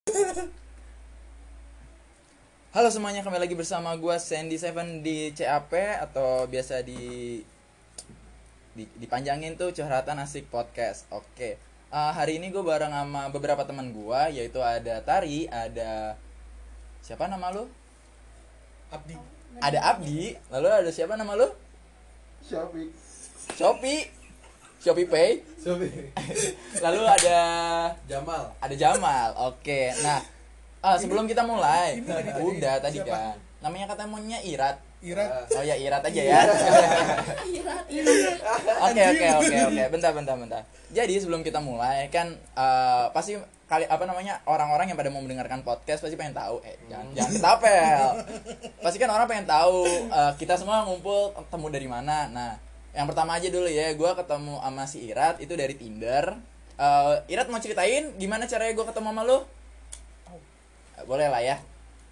Halo semuanya, kembali lagi bersama gue Sandy Seven di CAP atau biasa dipanjangin tuh Curhatan Asik Podcast. Oke. Hari ini gue bareng sama beberapa teman gue, yaitu ada Tari, ada siapa nama lu? Abdi. Ada Abdi, lalu ada siapa nama lu? Shopee Pay. Lalu ada Jamal. Oke. Nah, sebelum kita mulai, udah tadi kan. Namanya katanya maunya Irat. Oh ya, Irat aja ya. Oke. Bentar. Jadi sebelum kita mulai kan pasti orang-orang yang pada mau mendengarkan podcast pasti pengen tahu jangan ketapel. Pasti kan orang pengen tahu kita semua ngumpul ketemu dari mana. Nah, yang pertama aja dulu ya, gue ketemu sama si Irat itu dari Tinder. Irat mau ceritain gimana caranya gue ketemu sama lu? Boleh lah ya.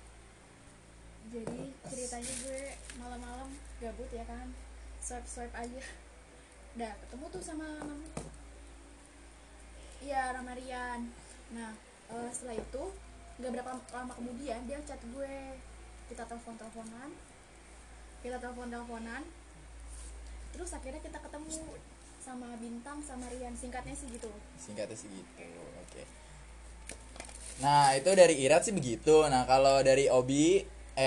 Jadi ceritanya gue malam-malam gabut ya kan, swipe aja, udah ketemu tuh sama Ramarian. Nah setelah itu nggak berapa lama kemudian dia chat gue, kita teleponan, terus akhirnya kita ketemu sama Bintang sama Rian, singkatnya sih gitu. Oke. Nah, itu dari Irat sih begitu. Nah, kalau dari Abdi.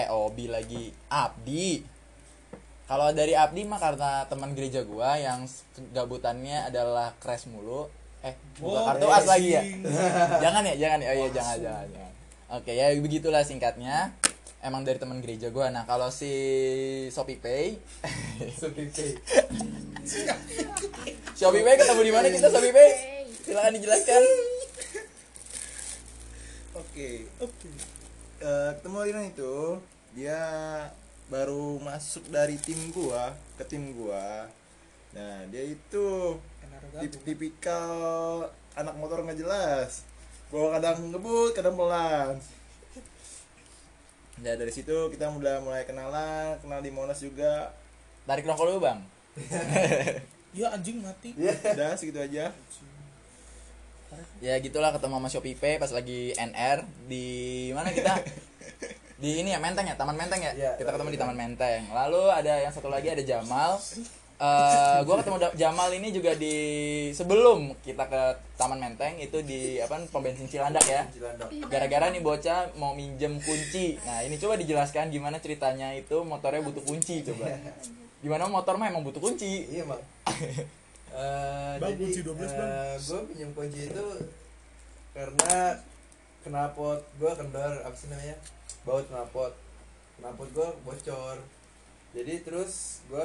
Kalau dari Abdi mah karena teman gereja gua yang gabutannya adalah crash mulu. Buka kartu as lagi ya. Jangan ya. Oh iya, jangan. Oke, ya begitulah singkatnya. Emang dari teman gereja gua. Nah, kalau si Shopee Pay ketemu di mana kita Shopee Pay? Silakan dijelaskan. Oke. Ketemu Rian itu dia baru masuk dari tim gua ke tim gua. Nah, dia itu tipikal anak motor nggak jelas. Gua kadang ngebut, kadang pelan. Ya dari situ kita mulai kenal di Monas juga. Tarik rokok dulu, Bang. Ya anjing mati. Udah segitu aja. Ya gitulah, ketemu sama Shopee Pay pas lagi NR di mana kita? Di ini ya, Menteng ya, Taman Menteng ya. Kita ketemu di Taman Menteng. Lalu ada yang satu lagi, ada Jamal. Gua ketemu Jamal ini juga di sebelum kita ke Taman Menteng itu di pom bensin Cilandak ya. Gara-gara nih bocah mau minjem kunci. Nah, ini coba dijelaskan gimana ceritanya itu motornya butuh kunci coba. Gimana motor mah emang butuh kunci? Iya, Bang. Bang, Jadi kunci 12, Bang. gue pinjam kunci itu karena knalpot gue kendor, baut knalpot gue bocor. Jadi terus gue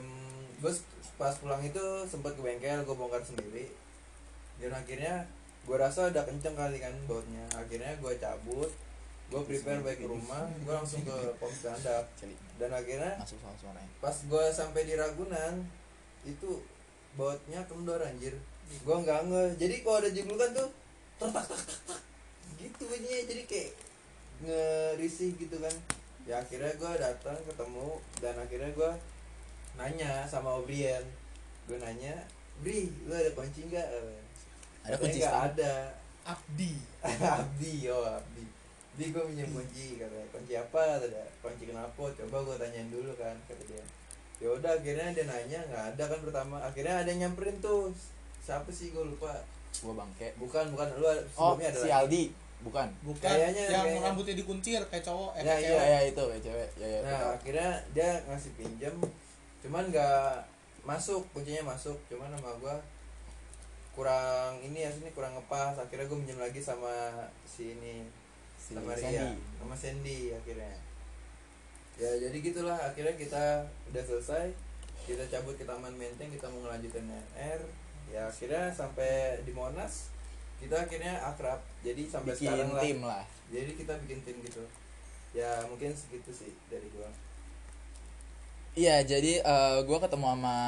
pas pulang itu sempat ke bengkel, gue bongkar sendiri. Dan akhirnya gue rasa udah kenceng kali kan bautnya. Akhirnya gue cabut, gue prepare balik ke rumah, gue langsung ke pom Cilandak. Dan akhirnya pas gue sampai di Ragunan itu bautnya kendor anjir. Gua nggak jadi kalau ada jeglukan tuh tak gitu bunyinya, jadi kayak ngerisih gitu kan. Ya akhirnya gua datang ketemu dan akhirnya gua nanya sama Obrian. Gua nanya, "Bri, lu ada kunci nggak?" Ada kunci nggak ada. Abdi. Abdi. Di gua minjem kunci, katanya. Kunci apa? Ada kunci knalpot. Coba gua tanyain dulu kan, kata dia. Ya udah, akhirnya dia nanya nggak ada kan pertama. Akhirnya ada yang nyamperin tuh, siapa sih gue lupa. Gua bangke. Bukan lu sebelumnya ada si lagi. Aldi. Bukan. Kayaknya rambutnya dikuncir kayak cowok, Ya, kayak iya. cewek. Ya itu kayak cewek. Ya. Nah akhirnya dia ngasih pinjam, cuman nggak masuk, kuncinya masuk, cuman sama gue kurang ngepas. Akhirnya gue minjem lagi sama sama Ria, sama Sandy akhirnya. Ya jadi gitulah, akhirnya kita udah selesai, kita cabut ke Taman Menteng, kita mau ngelanjutin NR. Ya akhirnya sampai di Monas kita akhirnya akrab, jadi sampai Bikin sekarang tim lah. Jadi kita bikin tim gitu. Ya mungkin segitu sih dari gua. Iya, jadi gua ketemu sama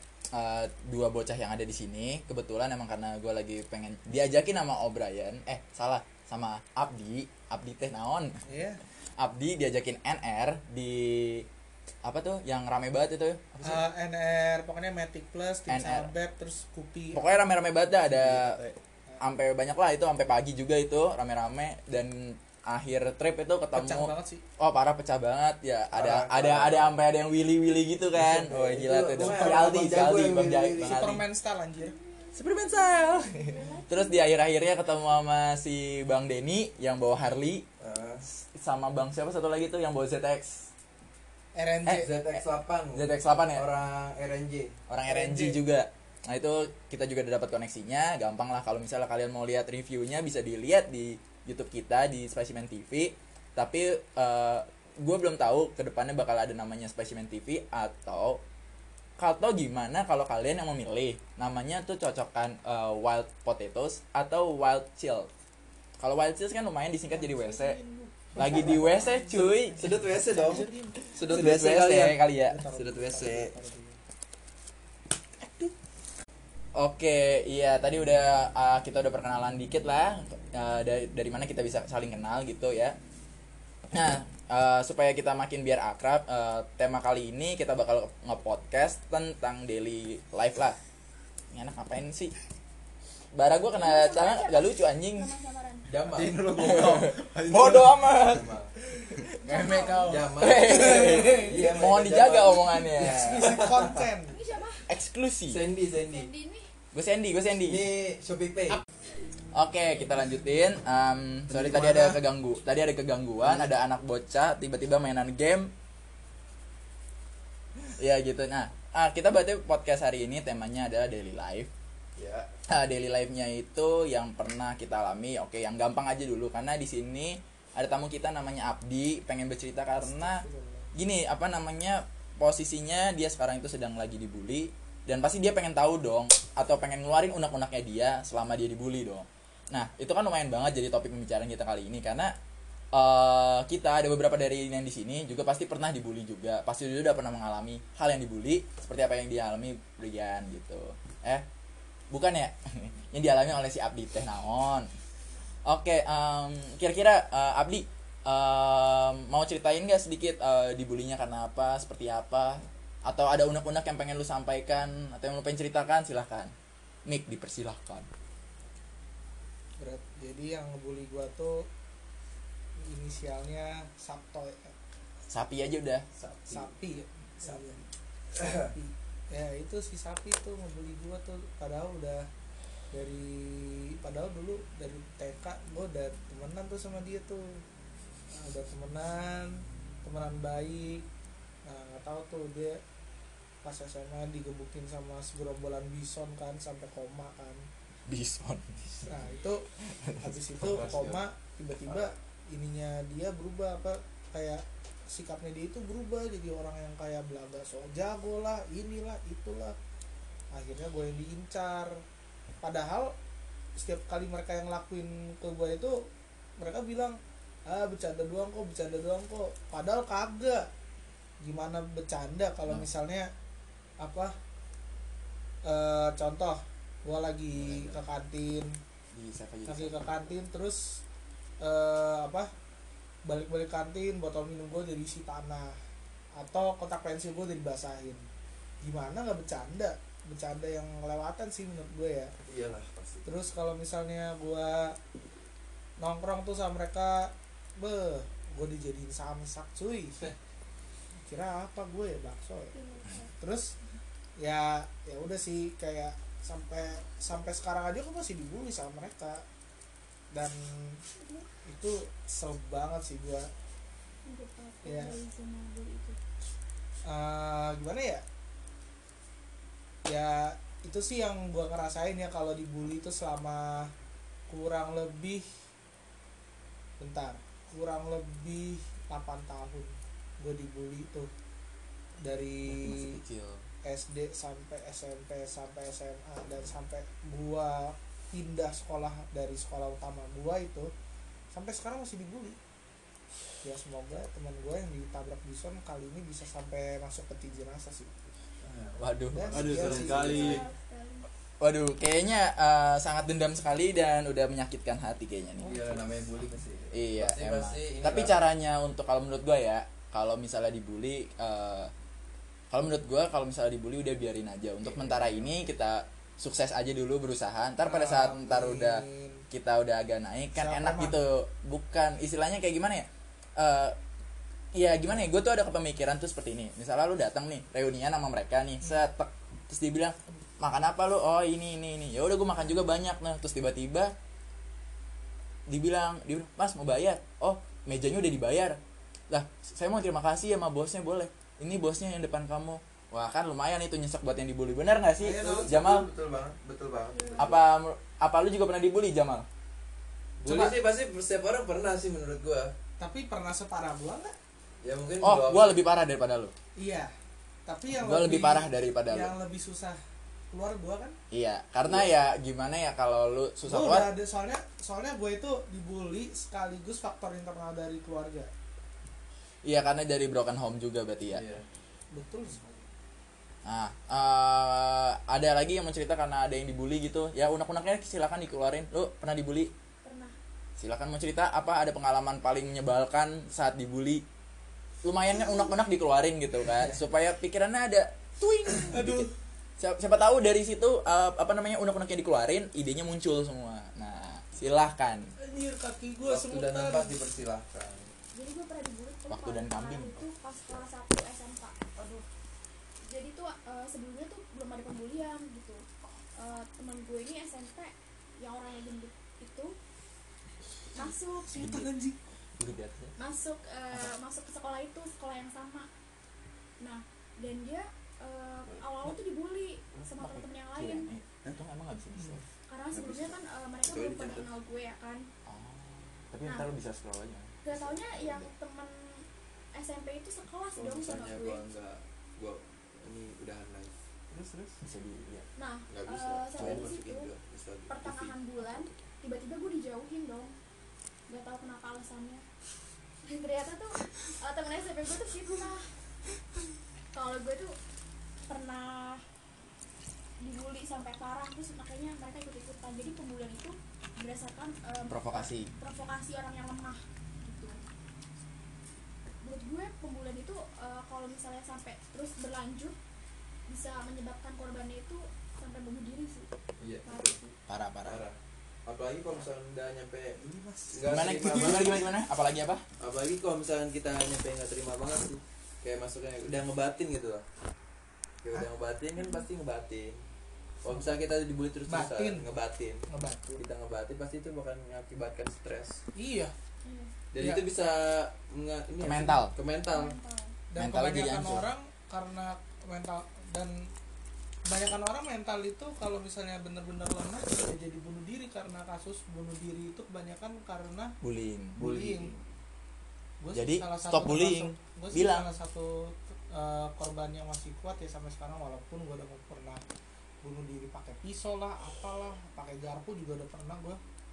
dua bocah yang ada di sini. Kebetulan emang karena gua lagi pengen diajakin sama O'Brien, sama Abdi teh naon? Iya. Abdi diajakin NR di apa tuh yang rame banget itu? NR pokoknya Matic Plus, Tim NR. Sabep, terus Kupi. Pokoknya rame-rame banget dah, ada sampai banyak lah itu, sampai pagi juga itu rame-rame, dan akhir trip itu ketemu Pecah banget sih. Oh parah, pecah banget ya. Ada sampai ada yang willy gitu kan. Oh gila tuh. Si Aldi Bang Jai, Superman style anjir. Superman style. Terus di akhir-akhirnya ketemu sama si Bang Denny yang bawa Harley, sama Bang siapa satu lagi tuh yang bawa ZX. RNG. ZX8 ya? Orang RNG juga. Nah itu kita juga udah dapat koneksinya. Gampang lah kalau misalnya kalian mau lihat reviewnya, bisa dilihat di YouTube kita di Specimen TV. Tapi gue belum tahu kedepannya bakal ada namanya Specimen TV atau gimana kalau kalian yang memilih namanya tuh cocokkan Wild Potatoes atau Wild Chill. Kalau Wild Chill kan lumayan disingkat jadi WC. Lagi di WC cuy. Sudut WC dong. Sudut WC kali ya. Sudut WC. Oke, iya tadi udah kita udah perkenalan dikit lah dari mana kita bisa saling kenal gitu ya. Nah, supaya kita makin biar akrab, tema kali ini kita bakal nge-podcast tentang daily life lah. Ini anak ngapain sih? Bara gue kena tangan gak lucu anjing. Jamal. Bodoh amat. Meme kau. Jamal. Iya, mohon dijaga omongannya. Explicit content. Ini siapa? Eksklusi. Sandy. Sandy ini. Gue Sandy. Ini Shopee Pay. Oke, kita lanjutin. Sorry tadi ada kegangguan, ada anak bocah tiba-tiba mainan game. Ya gitu. Nah, kita berarti podcast hari ini temanya adalah daily life. Ya. Daily life-nya itu yang pernah kita alami. Oke, yang gampang aja dulu karena di sini ada tamu kita namanya Abdi, pengen bercerita karena gini, posisinya dia sekarang itu sedang lagi dibully dan pasti dia pengen tahu dong atau pengen ngeluarin unek-uneknya dia selama dia dibully dong. Nah, itu kan lumayan banget jadi topik pembicaraan kita kali ini karena kita ada beberapa dari yang di sini juga pasti pernah dibully juga. Pasti juga udah pernah mengalami hal yang dibully seperti apa yang dialami Brian gitu. Bukan ya? Yang dialami oleh si Abdi teh naon. Oke, kira-kira Abdi mau ceritain gak sedikit dibulinya karena apa, seperti apa, atau ada unek-unek yang pengen lu sampaikan atau yang lu pengen ceritakan, silahkan. Mic dipersilahkan. Berat. Jadi yang ngebully gua tuh inisialnya Sabto ya. Sapi aja udah. Sapi. Ya itu si Sapi tuh ngebully gua tuh padahal dulu dari TK gua udah temenan tuh sama dia tuh. Udah temenan baik. Nah, nggak tahu tuh dia pas SMA digebukin sama segerombolan bison kan sampai koma kan. Bison. Nah itu habis itu koma, tiba-tiba ininya dia berubah, kayak sikapnya dia itu berubah jadi orang yang kayak belaga, so jago lah, inilah itulah. Akhirnya gue yang diincar, padahal setiap kali mereka yang lakuin ke gue itu mereka bilang bercanda doang kok, padahal kagak. Gimana bercanda kalau misalnya contoh gue lagi ke kantin terus balik kantin, botol minum gue jadi isi tanah atau kotak pensil gue jadi basahin. Gimana nggak bercanda yang kelewatan sih menurut gue ya. Iyalah pasti. Terus kalau misalnya gue nongkrong tuh sama mereka, gue dijadiin samsak cuy. Kira apa gue ya, bakso ya. Terus ya udah sih, kayak sampai sekarang aja aku masih dibully sama mereka dan itu kesel banget sih gue ya. Gimana ya itu sih yang gue ngerasain ya kalau dibully itu selama kurang lebih 8 tahun gue dibully tuh, dari SD sampai SMP sampai SMA dan sampai gue pindah sekolah dari sekolah utama gue itu sampai sekarang masih dibully. Ya semoga teman gue yang ditabrak bison kali ini bisa sampai masuk peti jenazah sih. Waduh sekali. Waduh, kayaknya sangat dendam sekali dan udah menyakitkan hati kayaknya nih. Iya, namanya bully pasti. Iya, emang. Pasti Tapi caranya untuk, kalau menurut gue ya, kalau misalnya dibully, kalau misalnya dibully udah biarin aja. Untuk sementara ini kita sukses aja dulu berusaha, ntar pada saat ntar udah kita udah agak naik kan Siapa enak mah? gitu. Bukan istilahnya kayak gimana ya, ya gimana ya, gue tuh ada kepemikiran tuh seperti ini. Misalnya lu datang nih reunian sama mereka nih, setek, terus dia bilang makan apa lu, oh ini, ya udah gue makan juga banyak. Nah terus tiba-tiba dibilang mas mau bayar, oh mejanya udah dibayar lah, saya mau terima kasih sama bosnya, boleh ini bosnya yang depan kamu. Wah kan lumayan itu nyesek buat yang dibully, benar nggak sih Jamal? Betul banget. Apa lu juga pernah dibully Jamal? Bully sih pasti setiap orang pernah sih menurut gua. Tapi pernah separah gua nggak? Ya mungkin Oh gua lebih parah daripada lu. Iya, tapi yang Gua lebih parah daripada lu. yang lebih susah keluar gua kan. Iya, karena ya gimana ya, kalau lu susah Gua keluar. udah ada, soalnya gue itu dibully sekaligus faktor internal dari keluarga. Iya, karena dari broken home juga berarti ya. Iya. Betul sekali. Nah, ada lagi yang mau cerita karena ada yang dibully gitu. Ya unek-uneknya silakan dikeluarin. Lu pernah dibully? Pernah. Silakan mau cerita apa, ada pengalaman paling menyebalkan saat dibully. Lumayan kan unek-unek dikeluarin gitu kan, supaya pikirannya ada twing. Aduh. Siapa tahu dari situ unek-uneknya dikeluarin, idenya muncul semua. Nah, silahkan. Anjir, kaki gua Waktu dan semutan. tempat dipersilahkan. Jadi gue pernah dibully tuh Waktu dan kambing. itu pas kelas 1 SMK. Aduh. Jadi tuh sebelumnya tuh belum ada pembulian gitu. Teman gue ini SMP yang orangnya gendut itu masuk masuk ke sekolah itu, sekolah yang sama. Nah, dan dia awal-awal tuh dibully sama temen-temen yang lain. Itu emang nggak bisa. Karena sebelumnya kan mereka belum pada kenal gue ya kan. Tapi ntar lu bisa scroll aja. Gak taunya yang temen SMP itu sekelas Kalau dong sama misalnya gue. gua ini udahan live. Terus bisa dilihat. Nah, Nggak bisa. sampai di Masukin situ juga. Bisa di pertengahan bulan tiba-tiba gue dijauhin dong. Gak tahu kenapa alasannya. Dan ternyata tuh temen SMP gue tuh fitnah. Kalau gue tuh pernah dibully sampai parah, terus makanya mereka ikut-ikutan. Jadi pembulian itu berdasarkan Provokasi orang yang lemah gitu. Menurut gue pembulian itu kalau misalnya sampai terus berlanjut bisa menyebabkan korbannya itu sampai bunuh diri sih. Iya. Parah Betul. sih. parah. Apalagi kalau misalnya udah nyampe ini mas. Gimana? Apalagi apa? Apalagi kalau misalnya kita nyampe nggak terima banget sih. Kayak masuknya udah ngebatin gitu lah. Kayak udah ngebatin kan pasti ngebatin. Kalau misalnya kita dibully terus-terusan ngebatin. Kita ngebatin pasti itu bakal mengakibatkan stres. Iya. Iya. Dan Iya. itu bisa Ke mental. Ke mental. Dan Mentalnya jadi kebanyakan hancur. orang karena mental, dan kebanyakan orang mental itu kalau misalnya benar-benar lemah bisa jadi bunuh diri. Karena kasus bunuh diri itu kebanyakan karena bullying. Gua sih Jadi, salah stop satu bullying. termasuk- gua sih Bilang. salah satu korban yang masih kuat ya sampai sekarang, walaupun gue udah pernah bunuh diri pakai pisau lah, apalah, pakai garpu juga udah pernah gue.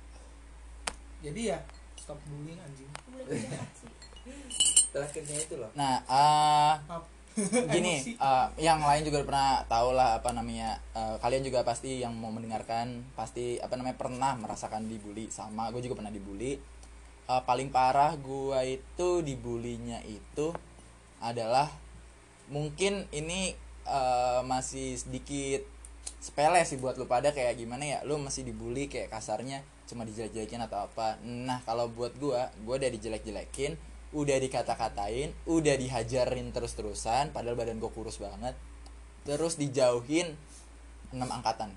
Jadi ya stop bullying anjing. Pembulian itu jahat sih. Terakhirnya itu loh. Nah, Maaf. gini, Emosi. yang lain juga pernah tahu lah kalian juga pasti yang mau mendengarkan pasti pernah merasakan dibully. Sama gue juga pernah dibully. Paling parah gue itu dibulinya itu adalah, mungkin ini masih sedikit sepele sih buat lu pada, kayak gimana ya, lu masih dibully kayak kasarnya cuma dijelek-jelekin atau apa. Nah kalau buat gue udah dijelek-jelekin, udah dikata-katain, udah dihajarin terus-terusan, padahal badan gue kurus banget, terus dijauhin 6 angkatan.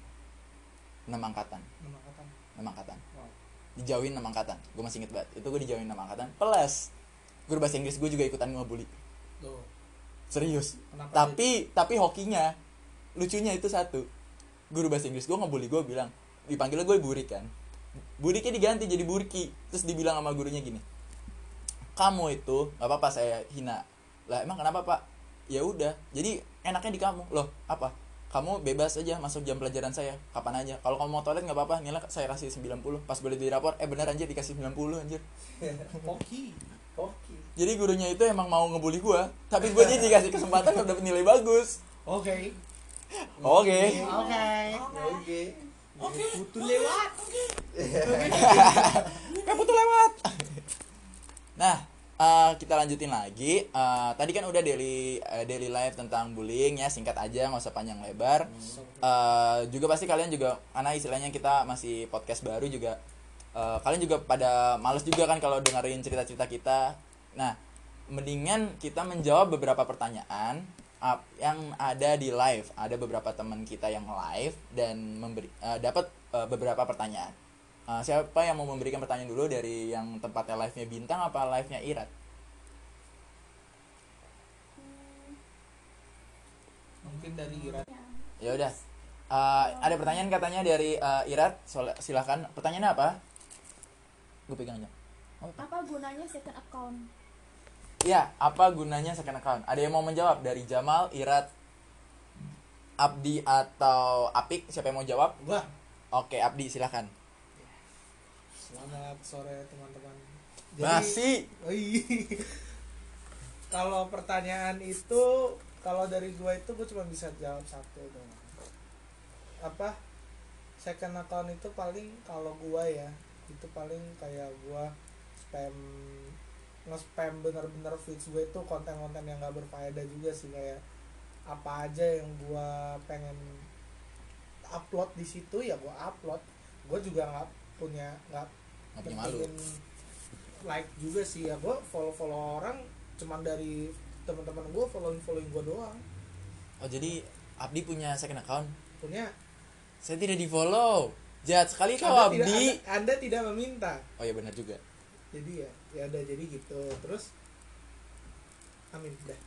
Wow. Dijauhin 6 angkatan, gue masih inget banget, itu gue dijauhin 6 angkatan, plus guru bahasa Inggris gue juga ikutan ngebully, Tuh. serius. Kenapa Tapi hokinya, lucunya itu satu, guru bahasa Inggris gue ngebully gue, bilang, dipanggilnya gue burik kan, buriknya diganti jadi burki, terus dibilang sama gurunya gini, kamu itu nggak apa-apa saya hina. Lah emang kenapa pak? Ya udah, jadi enaknya di kamu. Loh apa? Kamu bebas aja masuk jam pelajaran saya kapan aja. Kalau kamu mau toilet nggak apa-apa, nilai saya kasih 90. Pas boleh dirapor, bener anjir dikasih 90 anjir. Hoki. Jadi gurunya itu emang mau ngebully gua, tapi gua aja dikasih kesempatan udah dapet nilai bagus. Oke. Oke. Putu lewat. Kayak putu lewat. Nah, kita lanjutin lagi. Tadi kan udah daily life tentang bullying ya, singkat aja, nggak usah panjang lebar. Juga pasti kalian juga, karena istilahnya kita masih podcast baru juga, kalian juga pada males juga kan kalau dengerin cerita-cerita kita. Nah, mendingan kita menjawab beberapa pertanyaan yang ada di live. Ada beberapa teman kita yang live dan dapat beberapa pertanyaan. Siapa yang mau memberikan pertanyaan dulu dari yang tempatnya live-nya Bintang apa live-nya Irat? Mungkin dari Irat. Ya udah. Ada pertanyaan katanya dari Irat. Silahkan. Pertanyaannya apa? Gue pegang aja. Apa gunanya second account? Iya, apa gunanya second account? Ada yang mau menjawab dari Jamal, Irat, Abdi atau Apik? Siapa yang mau jawab? Gua. Oke, Abdi silahkan. Selamat sore teman-teman. Masih. Kalau pertanyaan itu, kalau dari gua itu gua cuma bisa jawab satu dong. Apa? Second account itu paling kalau gua ya, itu paling kayak gua nge-spam bener-bener feeds gue itu konten-konten yang gak berfaedah juga sih, kayak apa aja yang gua pengen upload di situ ya gua upload. Gua juga nggak punya malu. Like juga sih ya, gue follow orang cuman dari teman-teman gue, following gue doang. Oh, jadi Abdi punya second account? Punya. Saya tidak di follow. Jahat sekali kau, Abdi. Anda tidak meminta. Oh ya, benar juga. Jadi ya udah, jadi gitu. Terus amin dah.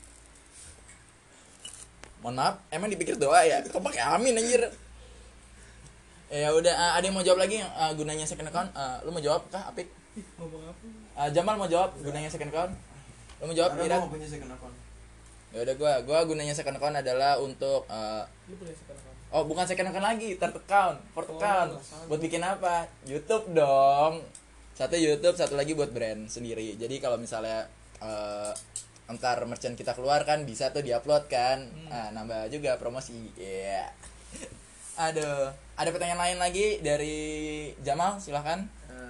Mohon maaf, emang dipikir doa ya? Kok pakai amin anjir? Ya udah, ada yang mau jawab lagi gunanya second account? Lu mau jawab kah, Apik? Ngomong apa? Jamal mau jawab gunanya second account? Lu mau jawab, Karena Irat? gua mau punya second account. Ya udah, gua gunanya second account adalah untuk Lu punya second account? oh, bukan second account lagi, third account, fourth account. salah. Buat bikin apa? YouTube dong. Satu YouTube, satu lagi buat brand sendiri. Jadi kalau misalnya antar merchant kita keluar kan bisa tuh diupload kan. Nambah juga promosi. Iya. Aduh, ada pertanyaan lain lagi dari Jamal, silahkan.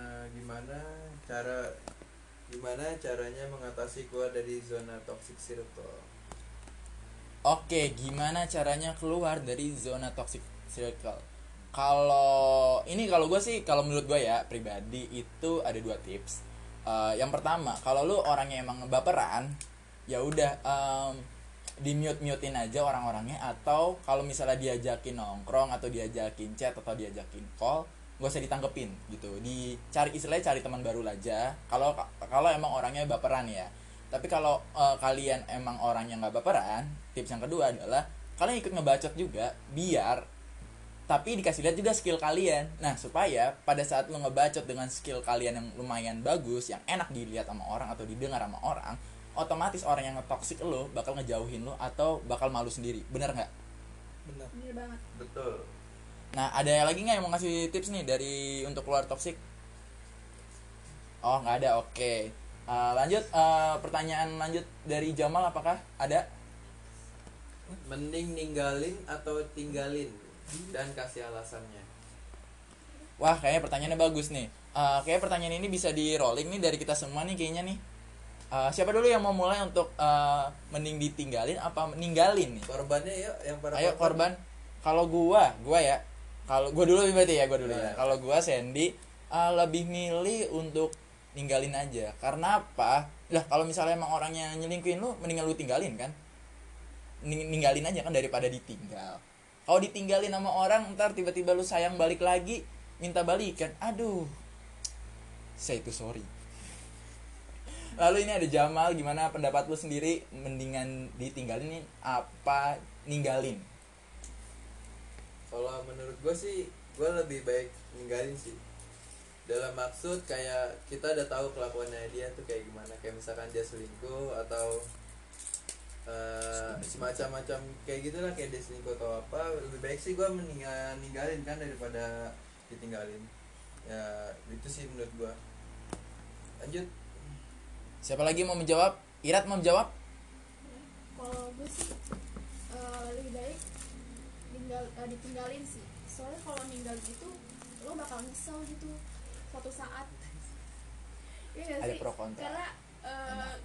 Gimana caranya mengatasi keluar dari zona toxic circle? Oke, gimana caranya keluar dari zona toxic circle? Kalau gue sih, kalau menurut gue ya pribadi itu ada 2 tips. Yang pertama, kalau lu orangnya emang baperan, ya udah di mutein aja orang-orangnya, atau kalau misalnya diajakin nongkrong atau diajakin chat atau diajakin call, gak usah ditanggepin gitu. Istilahnya cari teman baru aja. Kalau emang orangnya baperan ya. Tapi kalau kalian emang orangnya nggak baperan, tips yang kedua adalah kalian ikut ngebacot juga, tapi dikasih lihat juga skill kalian. Nah, supaya pada saat lu ngebacot dengan skill kalian yang lumayan bagus, yang enak dilihat sama orang atau didengar sama orang, otomatis orang yang nge-toxic lu bakal ngejauhin lu atau bakal malu sendiri. Bener nggak? Benar. Bener banget. Betul. Nah, ada lagi nggak yang mau ngasih tips nih dari untuk keluar toxic? Oh, nggak ada. Oke. Lanjut, pertanyaan lanjut dari Jamal, apakah ada? Mending ninggalin atau tinggalin, dan kasih alasannya. Wah, kayaknya pertanyaannya bagus nih. Kayak pertanyaan ini bisa di rolling nih dari kita semua nih kayaknya nih. Siapa dulu yang mau mulai untuk mending ditinggalin apa meninggalin nih? Korbannya yuk, yang para Ayo korban. Kalau gua ya. Kalau gua dulu berarti ya, ya. Kalau gua Sandy lebih milih untuk ninggalin aja. Karena apa? Lah, kalau misalnya emang orangnya nyelingkuhin lu, mendingan lu tinggalin kan? Ninggalin aja kan daripada ditinggal. Kalau ditinggalin sama orang, ntar tiba-tiba lu sayang balik lagi, minta balikan. Aduh. Say itu sorry. Lalu ini ada Jamal, gimana pendapat lu sendiri, mendingan ditinggalin apa ninggalin? Kalau menurut gue sih, gue lebih baik ninggalin sih. Dalam maksud kayak kita udah tahu kelakuannya dia tuh kayak gimana, kayak misalkan dia selingkuh atau semacam-macam kayak gitulah, kayak dia selingkuh atau apa. Lebih baik sih gue ninggalin kan daripada ditinggalin. Ya itu sih menurut gue. Lanjut. Siapa lagi mau menjawab? Irat mau menjawab? Kalau gue sih lebih baik ditinggalin sih. Soalnya kalau ninggal gitu lo bakal nyesel gitu suatu saat. Iya gak Ada sih? pro kontra. Karena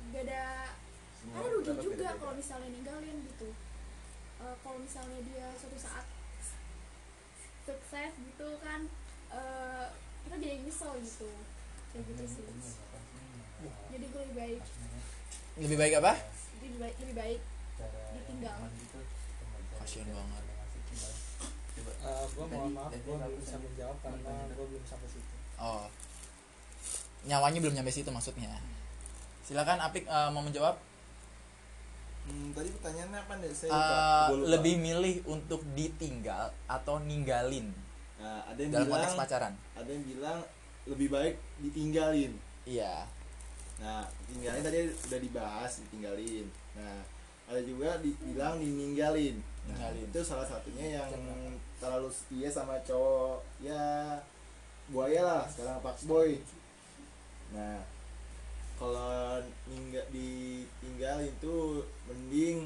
karena rugi juga kalau misalnya ninggalin gitu. Kalau misalnya dia suatu saat sukses gitu kan, kita jadi nyesel gitu, kayak gitu sih. Jadi gue Lebih baik apa? lebih baik ditinggal. Kasian banget. Gue mohon maaf, gue belum bisa menjawab karena gue belum sampai situ. Oh, nyawanya belum nyampe situ maksudnya. Silakan Apik mau menjawab. Tadi pertanyaannya apa deh? Saya lupa. Lebih milih untuk ditinggal atau ninggalin Nah, ada yang dalam bilang, konteks pacaran? ada yang bilang lebih baik ditinggalin. Iya. Nah, tinggalin tadi udah dibahas, ditinggalin. Nah, ada juga dibilang dininggalin. Nah, Ninggalin. itu salah satunya yang terlalu setia sama cowok, ya buaya lah sekarang fuckboy. Nah, kalau ditinggalin tuh mending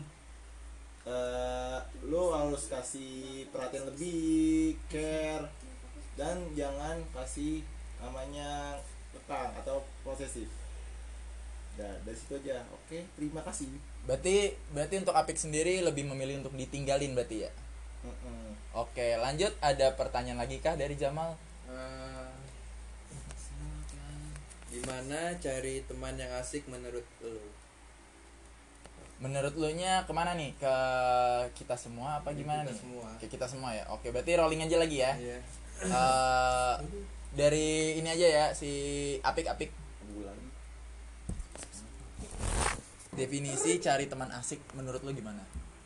lo harus kasih perhatian lebih, care, dan jangan kasih namanya lekang atau posesif. Nah, dari situ aja. Oke, terima kasih. Berarti untuk Apik sendiri lebih memilih untuk ditinggalin berarti ya? Oke, lanjut. Ada pertanyaan lagi kah dari Jamal? Gimana cari teman yang asik menurut lo? Menurut lu nya kemana nih? Ke kita semua apa gimana Kita nih? semua. Ke kita semua ya. Oke, berarti rolling aja lagi ya. Iya. Dari ini aja ya, si Apik. Definisi cari teman asik menurut lu gimana?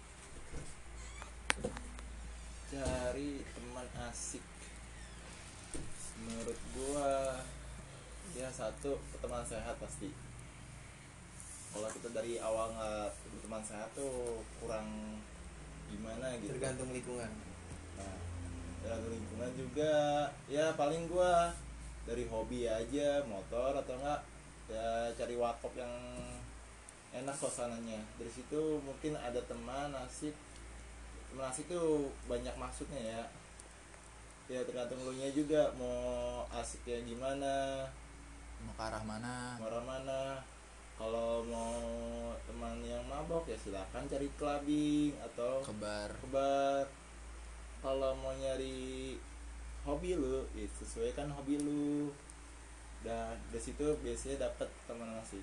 Cari teman asik menurut gua ya satu, teman sehat pasti. Kalau kita dari awal nggak berteman sehat tuh kurang gimana gitu. Tergantung lingkungan. Nah, tergantung lingkungan juga. Ya paling gua dari hobi aja, motor atau enggak ya cari warkop yang enak suasananya. Dari situ mungkin ada teman asik. Teman asik tuh banyak maksudnya ya. Ya tergantung lu nya juga mau asiknya gimana, Mau ke arah mana? mau arah mana. Kalau mau teman yang mabok ya silakan cari clubbing atau Kebar. Kalau mau nyari hobi lu, ya sesuaikan hobi lu. Dan dari situ biasanya dapat teman asik.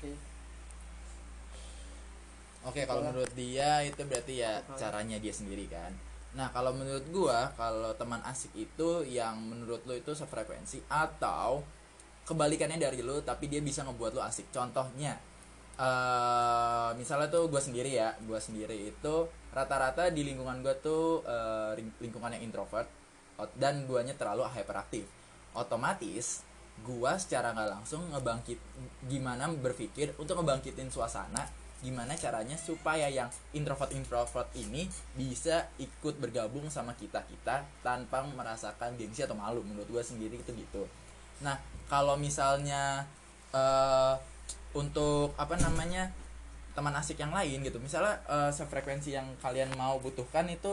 Oke, kalau menurut dia itu berarti ya caranya dia sendiri kan. Nah, kalau menurut gua, kalau teman asik itu yang menurut lu itu sefrekuensi atau kebalikannya dari lu tapi dia bisa ngebuat lu asik. Contohnya misalnya tuh gue sendiri itu rata-rata di lingkungan gue tuh lingkungan yang introvert dan guanya terlalu hyperaktif. Otomatis gue secara nggak langsung gimana berpikir untuk ngebangkitin suasana, gimana caranya supaya yang introvert ini bisa ikut bergabung sama kita tanpa merasakan gengsi atau malu. Menurut gue sendiri itu gitu. Nah, kalau misalnya untuk teman asik yang lain gitu, misalnya sefrekuensi yang kalian mau butuhkan itu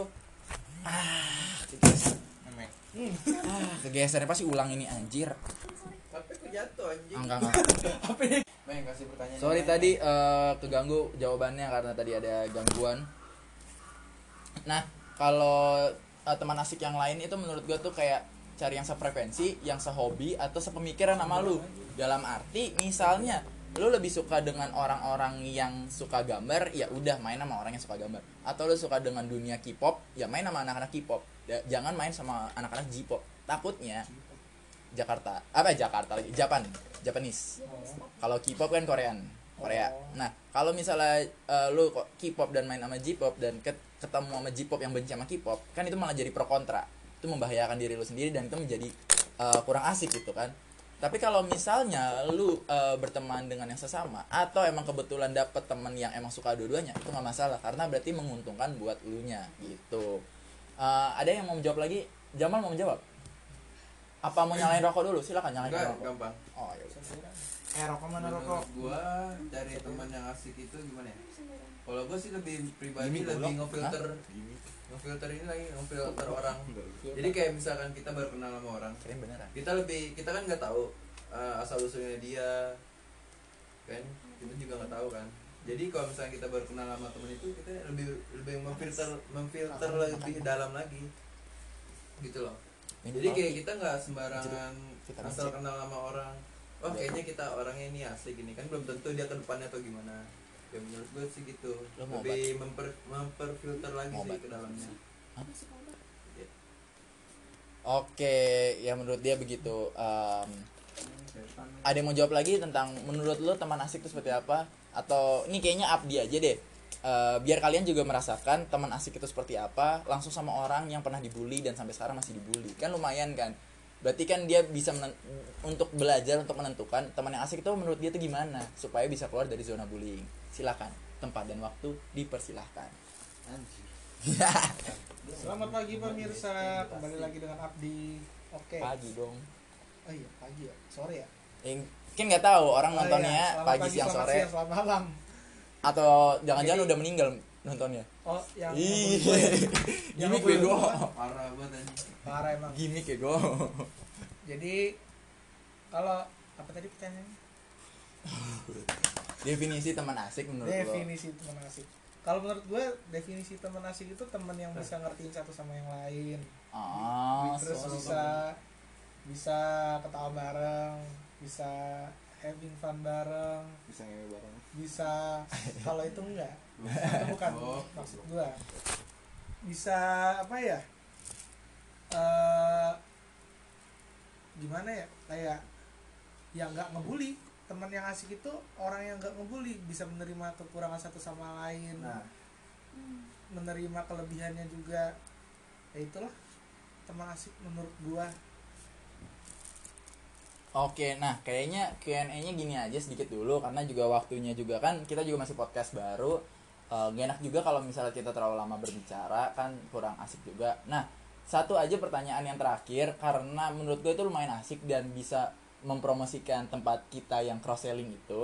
kegesernya pasti ulang ini anjir. Tapi aku jatuh anjing. Enggak. Main kasih pertanyaan. Sorry tadi keganggu jawabannya karena tadi ada gangguan. Nah, kalau teman asik yang lain itu menurut gue tuh kayak cari yang sefrekuensi, yang sehobi atau sepemikiran sama lu. Dalam arti misalnya lu lebih suka dengan orang-orang yang suka gambar, ya udah main sama orang yang suka gambar. Atau lu suka dengan dunia K-pop, ya main sama anak-anak K-pop. Jangan main sama anak-anak J-pop. Takutnya Japanese. Kalau K-pop kan Korea. Nah, kalau misalnya lu K-pop dan main sama J-pop dan ketemu sama J-pop yang benci sama K-pop, kan itu malah jadi pro kontra. Itu membahayakan diri lu sendiri dan itu menjadi kurang asik gitu kan. Tapi kalau misalnya lu berteman dengan yang sesama atau emang kebetulan dapet teman yang emang suka dua-duanya, itu nggak masalah karena berarti menguntungkan buat lu nya gitu. Ada yang mau menjawab lagi? Jamal mau menjawab? Apa mau nyalain rokok dulu? Silakan nyalain rokok. Gampang. Oh ya. Rokok mana rokok? Menurut gua cari teman yang asik itu gimana ya? Kalau gua sih lebih pribadi Gini, lebih goblok. ngefilter ini lagi, ngefilter orang. Jadi kayak misalkan kita baru kenal sama orang, Kirain beneran. kita kan nggak tahu asal usulnya dia, kan kita juga nggak tahu kan. Jadi kalau misalnya kita baru kenal sama temen itu, kita lebih memfilter lebih dalam lagi gitu loh. Jadi kayak kita nggak sembarangan asal kenal sama orang, oh kayaknya kita orangnya ini asli gini, kan belum tentu dia ke depannya atau gimana. Ya menurut gue sih gitu, lebih memperfilter lagi sih ke dalamnya. Oke, ya menurut dia begitu. Ada yang mau jawab lagi tentang menurut lo teman asik itu seperti apa? Atau ini kayaknya Abdi aja deh. Biar kalian juga merasakan teman asik itu seperti apa, langsung sama orang yang pernah dibully dan sampai sekarang masih dibully. Kan lumayan kan? Berarti kan dia bisa untuk belajar, untuk menentukan teman yang asik itu menurut dia itu gimana supaya bisa keluar dari zona bullying. Silakan, tempat dan waktu dipersilahkan. Selamat pagi pemirsa, kembali lagi dengan Abdi. Oke. Pagi dong. Oh iya, pagi ya. Sore ya. Mungkin nggak tahu orang nontonnya Iya. pagi, Pagi, siang, selamat sore, siang, selamat malam. atau jangan-jangan udah meninggal nontonnya. Oh, yang Ih, yang gimmick ngebully bego. gua. Parah banget anjing. Parah emang. Gimmick bego. Jadi kalau apa tadi pertanyaannya? Definisi teman asik menurut lo. Definisi teman asik. Kalau menurut gue definisi teman asik itu teman yang bisa ngertiin satu sama yang lain. Terus bisa ketawa bareng, bisa having fun bareng, Bisa ngewe bareng. bisa kalau itu enggak. Itu bukan maksud gue. Bisa apa ya? Gimana ya? Kayak yang nggak ngebully. Teman yang asik itu orang yang nggak ngebully, bisa menerima kekurangan satu sama lain, menerima kelebihannya juga. Ya itulah teman asik menurut gua. Oke, nah kayaknya Q&A-nya gini aja sedikit dulu karena juga waktunya juga kan kita juga masih podcast baru. Gak enak juga kalau misalnya kita terlalu lama berbicara, kan kurang asik juga. Nah, satu aja pertanyaan yang terakhir karena menurut gue itu lumayan asik dan bisa mempromosikan tempat kita yang cross selling itu.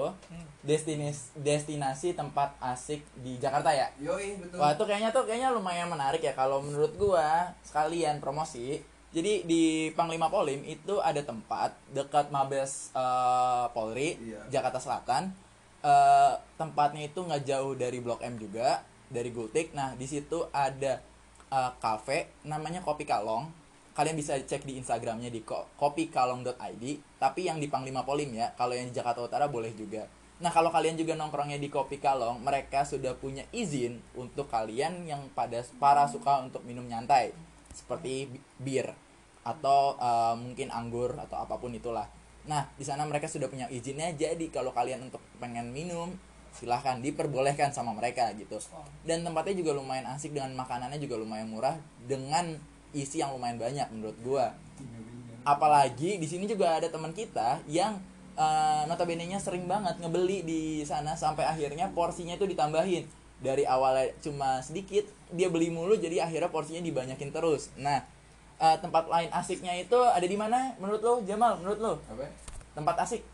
Destinasi tempat asik di Jakarta ya. Yoi, betul. Wah, itu kayaknya lumayan menarik ya kalau menurut gua sekalian promosi. Jadi di Panglima Polim itu ada tempat dekat Mabes Polri, Iya. Jakarta Selatan. Tempatnya itu nggak jauh dari Blok M juga, dari Gultik. Nah, di situ ada cafe namanya Kopi Kalong. Kalian bisa cek di Instagramnya di kopikalong.id. Tapi yang di Panglima Polim ya. Kalau yang di Jakarta Utara boleh juga. Nah, kalau kalian juga nongkrongnya di Kopi Kalong, mereka sudah punya izin untuk kalian yang para suka untuk minum nyantai seperti bir atau mungkin anggur atau apapun itulah. Nah, di sana mereka sudah punya izinnya. Jadi kalau kalian untuk pengen minum, silahkan diperbolehkan sama mereka gitu. Dan tempatnya juga lumayan asik dengan makanannya juga lumayan murah dengan isi yang lumayan banyak menurut gua. Apalagi di sini juga ada teman kita yang notabene-nya sering banget ngebeli di sana sampai akhirnya porsinya itu ditambahin. Dari awalnya cuma sedikit, dia beli mulu jadi akhirnya porsinya dibanyakin terus. Nah, tempat lain asiknya itu ada di mana menurut lo, Jamal? Menurut lo? Apa? Tempat asik?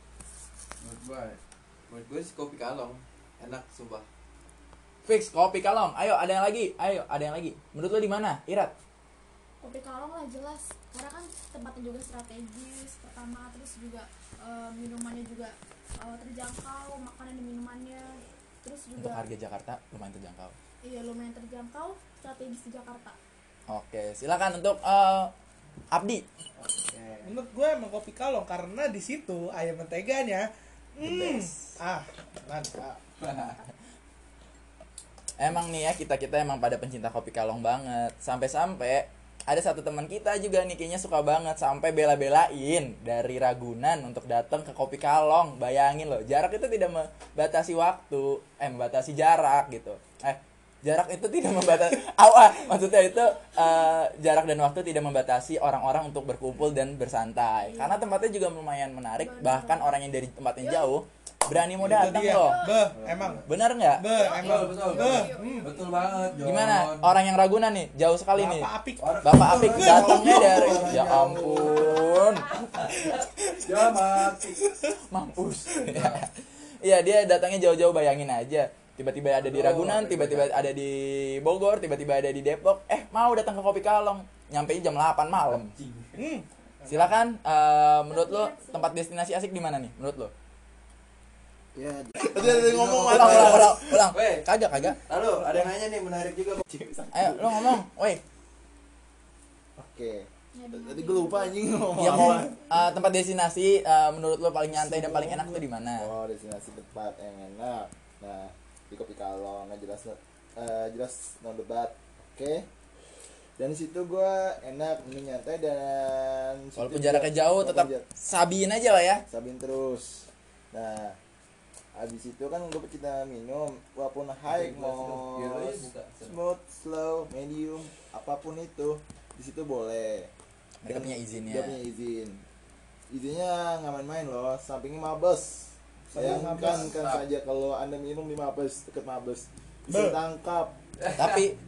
Menurut gue sih Kopi Kalong enak sumpah. Fix Kopi Kalong. Ayo, ada yang lagi. Menurut lo di mana? Irat? Kopi Kalong lah jelas, karena kan tempatnya juga strategis pertama, terus juga minumannya juga terjangkau, makanan dan minumannya, terus Untuk juga harga Jakarta lumayan terjangkau. iya lumayan terjangkau, strategis di Jakarta. Oke, silakan untuk Abdi. Menurut gue emang Kopi Kalong karena di situ ayam menteganya mantap. Emang nih ya kita emang pada pencinta Kopi Kalong banget. Sampai ada satu teman kita juga nih kayaknya suka banget sampai bela-belain dari Ragunan untuk datang ke Kopi Kalong. Bayangin loh, jarak itu tidak membatasi waktu, membatasi jarak gitu. Jarak itu tidak membatasi maksudnya itu jarak dan waktu tidak membatasi orang-orang untuk berkumpul dan bersantai. Karena tempatnya juga lumayan menarik, bahkan orang yang dari tempat yang jauh berani mau datang loh. Emang Benar nggak? emang Betul banget. Jon. Gimana orang yang Ragunan nih? Jauh sekali nih. Bapak Apik Apik datangnya dari ya ampun. Ya mati. Mampus. Iya, dia datangnya jauh-jauh, bayangin aja. Tiba-tiba ada di Ragunan, tiba-tiba ada di Bogor, tiba-tiba ada di Depok. Mau datang ke Kopi Kalong. Nyampe jam 8 malam. Silakan menurut lo tempat destinasi asik di mana nih menurut lo? Ya, Udah ngomong ulang. Weh. Kagak. Lalu ada yang nanya nih menarik juga. Ayo lo ngomong, woi. oke. Tadi gue lupa anjing ngomong Ya mau apa. tempat destinasi menurut lo paling nyantai dan paling enak tuh di mana? Oh, destinasi tempat yang enak. Nah, di Kopi Kalong, jelas no debat. Oke. Dan situ gue enak, minum nyantai dan Walaupun situ jaraknya juga- jauh walaupun tetap jar- sabiin aja lah ya. sabin terus. Nah, habis itu kan gue pecinta minum, walaupun high mau Biar aja buka. smooth, slow, medium, apapun itu di situ boleh. Mereka Dan punya izinnya. Dia punya izin. Izinnya nggak main-main loh, sampingnya Mabes. Sayangkan kan saja kalau Anda minum di Mabes, dekat Mabes. Bisa tangkap. Tapi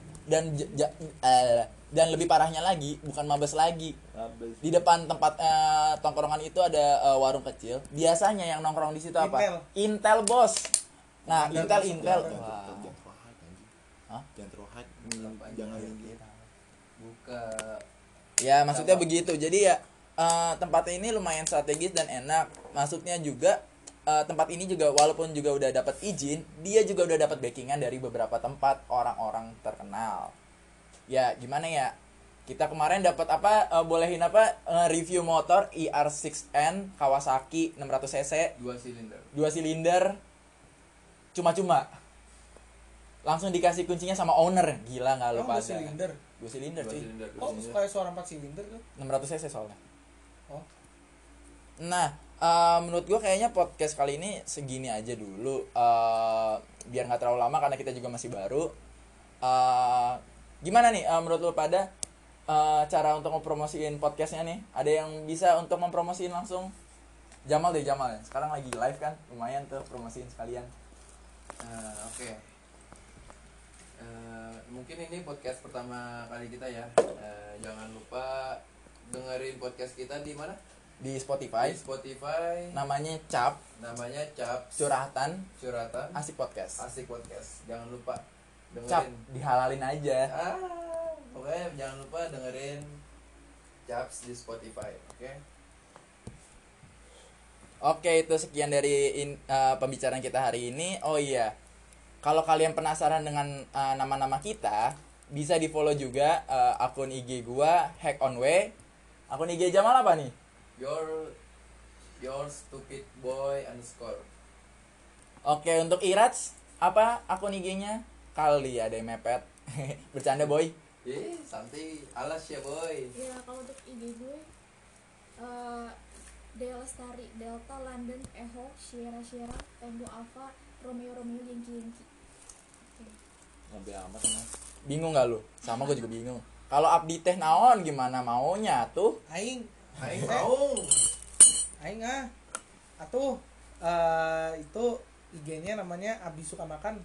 dan lebih parahnya lagi, bukan Mabes lagi. Mabes. Di depan tempat tongkrongan itu ada warung kecil. Biasanya yang nongkrong di situ apa? Intel, Bos. Nah, Intel. Wah. Hah? Jangan terlalu hype. Jangan tinggi. Buka. Ya, maksudnya begitu. Jadi ya tempat ini lumayan strategis dan enak. Maksudnya juga tempat ini juga walaupun juga udah dapat izin, dia juga udah dapat backingan dari beberapa tempat orang-orang terkenal. Ya, gimana ya? Kita kemarin dapat apa? Bolehin apa? Review motor ER6N Kawasaki 600 cc, 2 silinder. Cuma-cuma. Langsung dikasih kuncinya sama owner. Gila enggak lu pada? 2 silinder. 2 silinder, cuy. Oh, kayak suara 4 silinder kan? 600 cc soalnya. Oh. Nah, menurut gue kayaknya podcast kali ini segini aja dulu. Biar nggak terlalu lama karena kita juga masih baru. Gimana nih menurut lu pada cara untuk mempromosiin podcastnya nih? Ada yang bisa untuk mempromosiin langsung? Jamal ya. Sekarang lagi live kan, lumayan tuh promosiin sekalian. Oke. Mungkin ini podcast pertama kali kita ya. Jangan lupa dengerin podcast kita di mana? Di Spotify. Di Spotify. Namanya Cap Curhatan Asik Podcast. Asik Podcast. Jangan lupa Cap dengerin. dihalalin aja. Pokoknya jangan lupa dengerin Caps di Spotify. Oke, itu sekian dari pembicaraan kita hari ini. Oh iya, kalau kalian penasaran dengan nama-nama kita, bisa di follow juga akun IG gua @hackonway. Akun IG Jamal apa nih? Your stupid boy _ Oke, untuk Irats apa akun IG-nya? Kali ada yang mepet. Bercanda boy. santai alas ya boy. Ya kalau untuk IG gue Delastari Delta London Echo Sierra Tango Alpha Romeo Yankee. Ngambil amat sama. Bingung gak lu? Sama gue juga bingung. Kalau update teh naon gimana maunya tuh? Aing Mau. Aing atuh itu IG-nya namanya Abi Suka Makan.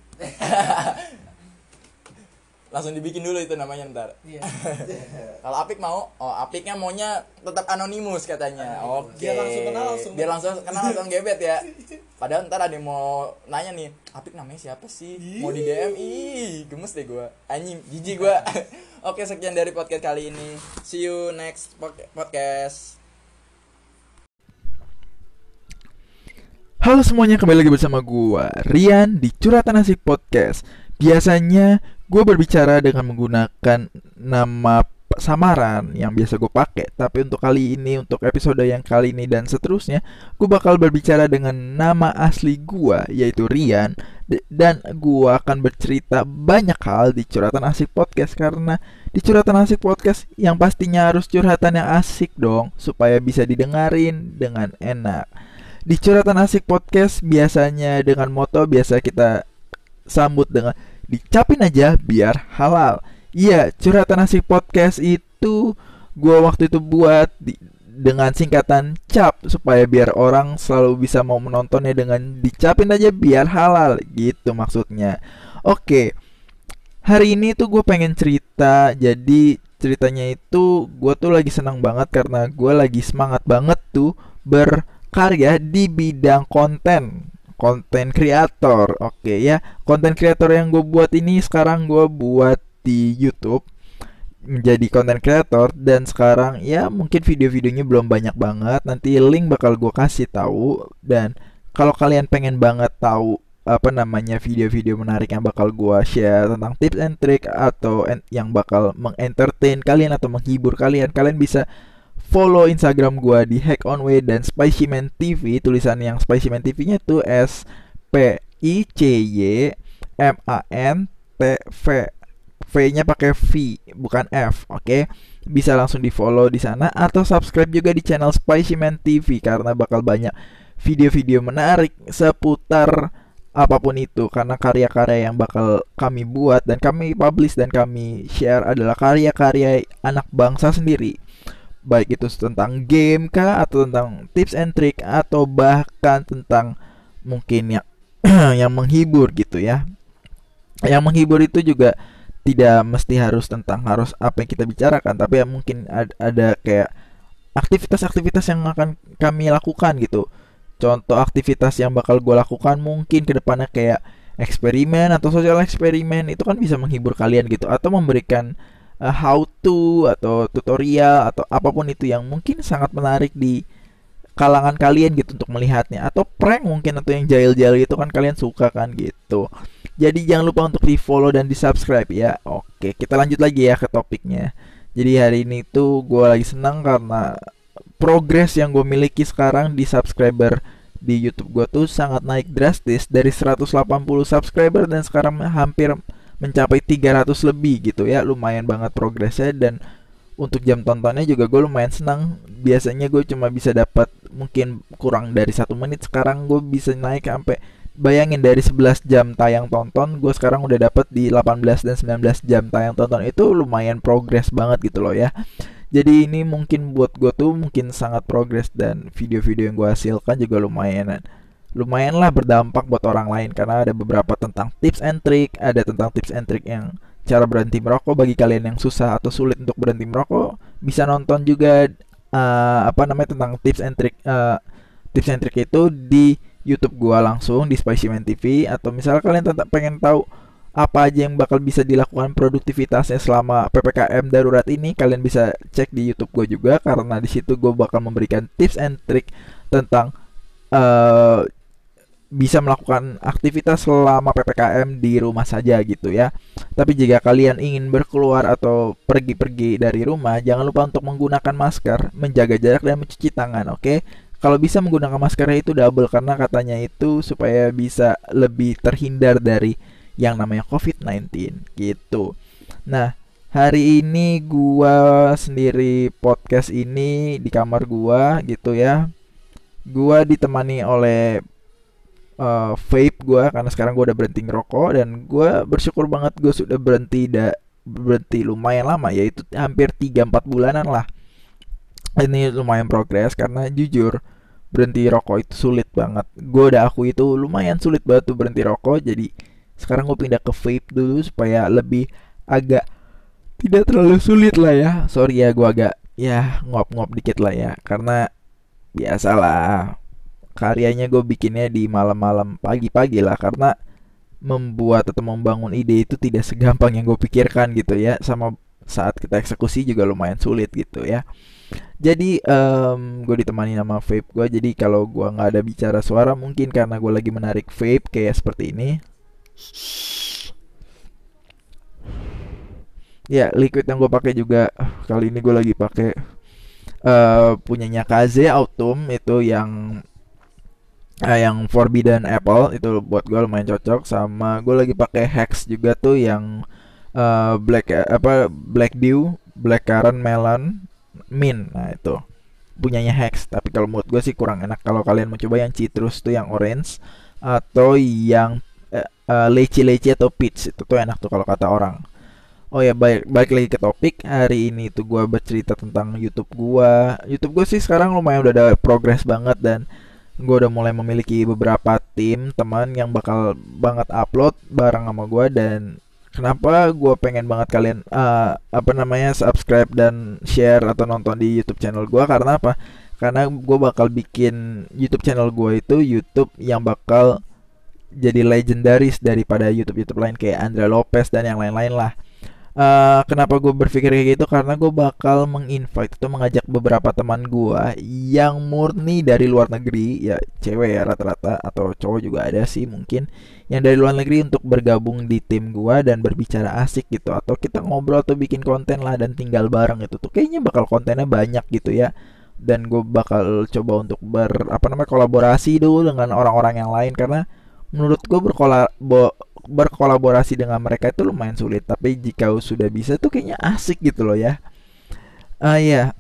Langsung dibikin dulu itu namanya ntar. Iya. Kalau Apik mau, Apiknya maunya tetap anonimus katanya. Oke. Biar langsung kenal langsung. Biar langsung kenal langsung gebet ya. Padahal ntar ada yang mau nanya nih, Apik namanya siapa sih? Mau di DM? Ih, gemes deh gua. Anjing, jijik gua. Oke, sekian dari podcast kali ini. See you next podcast. Halo semuanya, kembali lagi bersama gua Rian di Curhatan Asik Podcast. Biasanya gue berbicara dengan menggunakan nama samaran yang biasa gue pakai, tapi untuk kali ini, untuk episode yang kali ini dan seterusnya, gue bakal berbicara dengan nama asli gue, yaitu Rian. Dan gue akan bercerita banyak hal di Curhatan Asik Podcast, karena di Curhatan Asik Podcast yang pastinya harus curhatan yang asik dong, supaya bisa didengarin dengan enak. Di Curhatan Asik Podcast biasanya dengan moto biasa kita sambut dengan dicapin aja biar halal. Iya, Curhatan Asik Podcast itu gue waktu itu buat dengan singkatan CAP, supaya biar orang selalu bisa mau menontonnya dengan dicapin aja biar halal gitu maksudnya. Oke, hari ini tuh gue pengen cerita. Jadi ceritanya itu gue tuh lagi senang banget karena gue lagi semangat banget tuh berkarya di bidang konten kreator. Oke ya, konten kreator yang gue buat ini sekarang gue buat di YouTube menjadi konten kreator, dan sekarang ya mungkin video-videonya belum banyak banget. Nanti link bakal gue kasih tahu, dan kalau kalian pengen banget tahu apa namanya video-video menarik yang bakal gua share tentang tips and trick atau yang bakal mengentertain kalian atau menghibur kalian, kalian bisa follow Instagram gua di Hackonway dan Spicyman TV. Tulisan yang Spicyman TV-nya tuh SPICYMANTV. V-nya pakai V bukan F, oke? Bisa langsung di follow di sana atau subscribe juga di channel Spicyman TV karena bakal banyak video-video menarik seputar apapun itu, karena karya-karya yang bakal kami buat dan kami publish dan kami share adalah karya-karya anak bangsa sendiri, baik itu tentang game kah atau tentang tips and trick atau bahkan tentang mungkin yang yang menghibur gitu ya. Yang menghibur itu juga tidak mesti harus apa yang kita bicarakan, tapi ya mungkin ada kayak aktivitas-aktivitas yang akan kami lakukan gitu. Contoh aktivitas yang bakal gue lakukan mungkin ke depannya kayak eksperimen atau sosial eksperimen, itu kan bisa menghibur kalian gitu, atau memberikan how to atau tutorial atau apapun itu yang mungkin sangat menarik di kalangan kalian gitu untuk melihatnya, atau prank mungkin, atau yang jahil-jahil itu kan kalian suka kan gitu. Jadi jangan lupa untuk di follow dan di subscribe ya. Oke, kita lanjut lagi ya ke topiknya. Jadi hari ini tuh gue lagi senang karena progres yang gue miliki sekarang di subscriber di YouTube gue tuh sangat naik drastis dari 180 subscriber dan sekarang hampir mencapai 300 lebih gitu ya. Lumayan banget progresnya, dan untuk jam tontonnya juga gue lumayan senang. Biasanya gue cuma bisa dapat mungkin kurang dari 1 menit, sekarang gue bisa naik sampai, bayangin, dari 11 jam tayang tonton gue sekarang udah dapat di 18 dan 19 jam tayang tonton. Itu lumayan progres banget gitu loh ya. Jadi ini mungkin buat gue tuh mungkin sangat progres, dan video-video yang gue hasilkan juga lumayan lah berdampak buat orang lain, karena ada beberapa tentang tips and trick, ada tentang tips and trick yang cara berhenti merokok bagi kalian yang susah atau sulit untuk berhenti merokok. Bisa nonton juga tentang tips and trick itu di YouTube gua langsung di Spicyman TV, atau misalnya kalian pengen tahu apa aja yang bakal bisa dilakukan produktivitasnya selama PPKM darurat ini, kalian bisa cek di YouTube gue juga, karena di situ gue bakal memberikan tips and trick tentang bisa melakukan aktivitas selama PPKM di rumah saja gitu ya. Tapi jika kalian ingin berkeluar atau pergi-pergi dari rumah, jangan lupa untuk menggunakan masker, menjaga jarak dan mencuci tangan, oke? Kalau bisa menggunakan maskernya itu double, karena katanya itu supaya bisa lebih terhindar dari yang namanya COVID-19 gitu. Nah, hari ini gua sendiri podcast ini di kamar gua gitu ya. Gua ditemani oleh vape gua, karena sekarang gua udah berhenti ngerokok, dan gua bersyukur banget gua sudah berhenti lumayan lama, yaitu hampir 3-4 bulanan lah. Ini lumayan progres, karena jujur berhenti rokok itu sulit banget. Gua udah akui itu lumayan sulit banget tuh berhenti rokok. Jadi sekarang gue pindah ke vape dulu supaya lebih agak tidak terlalu sulit lah ya. Sorry ya, gue agak ya ngop-ngop dikit lah ya, karena biasalah karyanya gue bikinnya di malam-malam pagi-pagi lah, karena membuat atau membangun ide itu tidak segampang yang gue pikirkan gitu ya, sama saat kita eksekusi juga lumayan sulit gitu ya. Jadi gue ditemani sama vape gue. Jadi kalau gue nggak ada bicara suara, mungkin karena gue lagi menarik vape kayak seperti ini. Ya, liquid yang gue pakai juga kali ini gue lagi pakai punyanya Kaze Autumn, itu yang Forbidden Apple, itu buat gue lumayan cocok. Sama gue lagi pakai Hex juga tuh yang Black Dew, Blackcurrant Melon Mint. Nah, itu punyanya Hex. Tapi kalau menurut gue sih kurang enak. Kalau kalian mau coba yang citrus tuh yang orange, atau yang leci atau peach, itu tuh enak tuh kalau kata orang. Oh ya, balik lagi ke topik. Hari ini tuh gue bercerita tentang YouTube gue sih sekarang lumayan udah ada progres banget, dan gue udah mulai memiliki beberapa tim teman yang bakal banget upload bareng sama gue. Dan kenapa gue pengen banget kalian subscribe dan share atau nonton di YouTube channel gue, karena apa? Karena gue bakal bikin YouTube channel gue itu YouTube yang bakal jadi legendaris daripada YouTube lain kayak Andrea Lopez dan yang lain-lain lah. Kenapa gue berpikir kayak gitu? Karena gue bakal menginvite atau mengajak beberapa teman gue yang murni dari luar negeri, ya cewek ya rata-rata, atau cowok juga ada sih mungkin, yang dari luar negeri untuk bergabung di tim gue dan berbicara asik gitu, atau kita ngobrol atau bikin konten lah dan tinggal bareng itu tuh kayaknya bakal kontennya banyak gitu ya. Dan gue bakal coba untuk kolaborasi dulu dengan orang-orang yang lain, karena menurut gue berkolaborasi dengan mereka itu lumayan sulit, tapi jika sudah bisa tuh kayaknya asik gitu loh ya. Ya.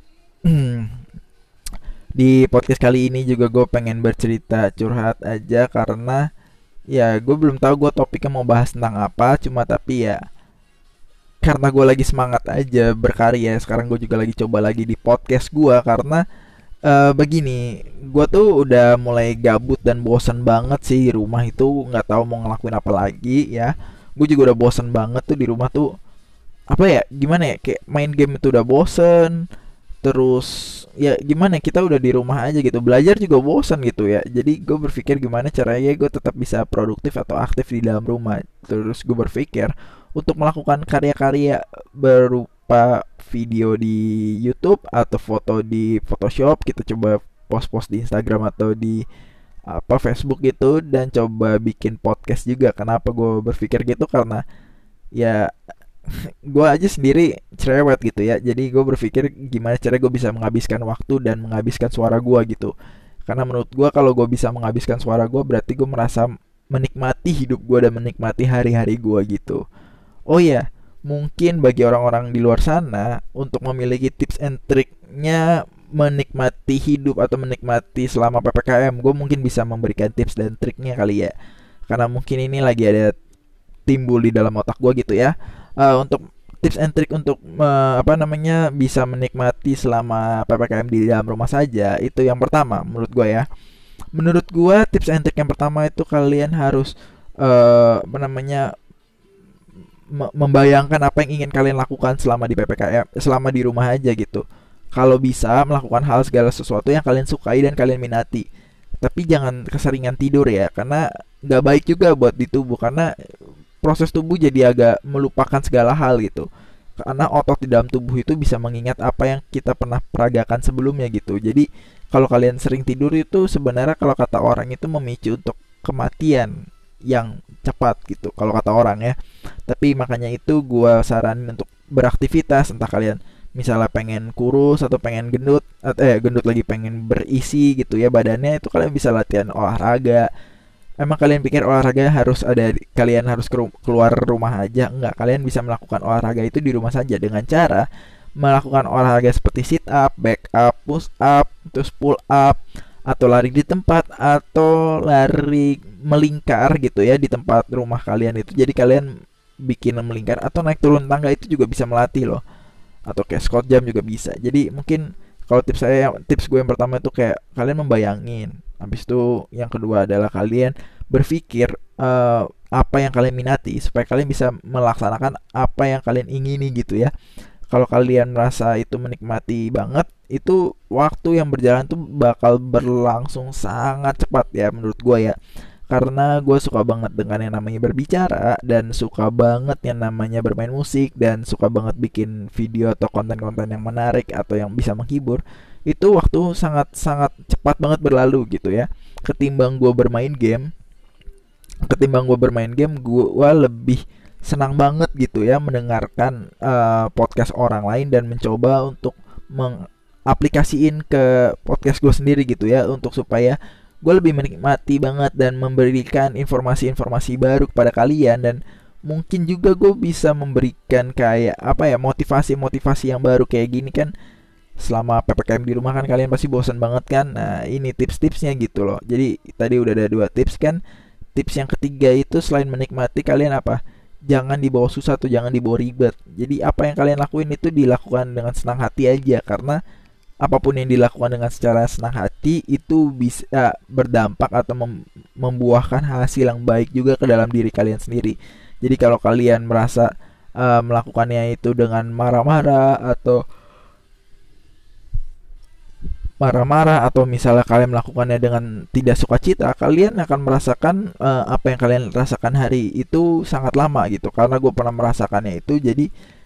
Di podcast kali ini juga gue pengen bercerita curhat aja, karena ya gue belum tahu gue topiknya mau bahas tentang apa, cuma tapi ya karena gue lagi semangat aja berkarya. Sekarang gue juga lagi coba lagi di podcast gue, karena begini, gue tuh udah mulai gabut dan bosan banget sih di rumah itu, nggak tahu mau ngelakuin apa lagi ya. Gue juga udah bosan banget tuh di rumah tuh, apa ya, gimana ya, kayak main game itu udah bosen. Terus ya gimana, kita udah di rumah aja gitu, belajar juga bosan gitu ya. Jadi gue berpikir gimana caranya gue tetap bisa produktif atau aktif di dalam rumah. Terus gue berpikir untuk melakukan karya-karya berupa video di YouTube atau foto di Photoshop. Kita coba post-post di Instagram atau di Facebook gitu, dan coba bikin podcast juga. Kenapa gue berpikir gitu? Karena ya gue aja sendiri cerewet gitu ya. Jadi gue berpikir gimana cara gue bisa menghabiskan waktu dan menghabiskan suara gue gitu. Karena menurut gue kalau gue bisa menghabiskan suara gue, berarti gue merasa menikmati hidup gue dan menikmati hari-hari gue gitu. Oh ya, mungkin bagi orang-orang di luar sana untuk memiliki tips and triknya menikmati hidup atau menikmati selama PPKM, gue mungkin bisa memberikan tips dan triknya kali ya. Karena mungkin ini lagi ada timbul di dalam otak gue gitu ya. Untuk tips and trik untuk bisa menikmati selama PPKM di dalam rumah saja, itu yang pertama menurut gue ya. Menurut gue tips and trik yang pertama itu kalian harus membayangkan apa yang ingin kalian lakukan selama di PPKM, selama di rumah aja gitu. Kalau bisa melakukan hal segala sesuatu yang kalian sukai dan kalian minati. Tapi jangan keseringan tidur ya, karena nggak baik juga buat di tubuh, karena proses tubuh jadi agak melupakan segala hal gitu. Karena otot di dalam tubuh itu bisa mengingat apa yang kita pernah peragakan sebelumnya gitu. Jadi kalau kalian sering tidur itu sebenarnya kalau kata orang itu memicu untuk kematian yang cepat gitu kalau kata orang ya. Tapi makanya itu gue saranin untuk beraktivitas, entah kalian misalnya pengen kurus atau pengen gendut, gendut lagi pengen berisi gitu ya badannya, itu kalian bisa latihan olahraga. Emang kalian pikir olahraga kalian harus keluar rumah aja? Enggak, kalian bisa melakukan olahraga itu di rumah saja dengan cara melakukan olahraga seperti sit up, back up, push up, terus pull up, atau lari di tempat, atau lari melingkar gitu ya di tempat rumah kalian itu. Jadi kalian bikin melingkar, atau naik turun tangga itu juga bisa melatih loh. Atau kayak squat jump juga bisa. Jadi mungkin kalau tips gue yang pertama itu kayak kalian membayangin. Habis itu yang kedua adalah kalian berpikir apa yang kalian minati supaya kalian bisa melaksanakan apa yang kalian ingini gitu ya. Kalau kalian merasa itu menikmati banget, itu waktu yang berjalan tuh bakal berlangsung sangat cepat ya menurut gue ya. Karena gue suka banget dengan yang namanya berbicara, dan suka banget yang namanya bermain musik, dan suka banget bikin video atau konten-konten yang menarik atau yang bisa menghibur. Itu waktu sangat-sangat cepat banget berlalu gitu ya. Ketimbang gue bermain game, gue lebih senang banget gitu ya mendengarkan podcast orang lain dan mencoba untuk mengaplikasiin ke podcast gue sendiri gitu ya, untuk supaya gue lebih menikmati banget dan memberikan informasi-informasi baru kepada kalian. Dan mungkin juga gue bisa memberikan kayak motivasi-motivasi yang baru kayak gini kan. Selama PPKM di rumah kan kalian pasti bosan banget kan. Nah ini tips-tipsnya gitu loh. Jadi tadi udah ada 2 tips kan. Tips yang ketiga itu selain menikmati, kalian jangan dibawa susah atau jangan dibawa ribet. Jadi apa yang kalian lakuin itu dilakukan dengan senang hati aja. Karena apapun yang dilakukan dengan secara senang hati itu bisa berdampak atau membuahkan hasil yang baik juga ke dalam diri kalian sendiri. Jadi kalau kalian merasa melakukannya itu dengan marah-marah atau misalnya kalian melakukannya dengan tidak sukacita, kalian akan merasakan apa yang kalian rasakan hari itu sangat lama gitu. Karena gue pernah merasakannya itu, jadi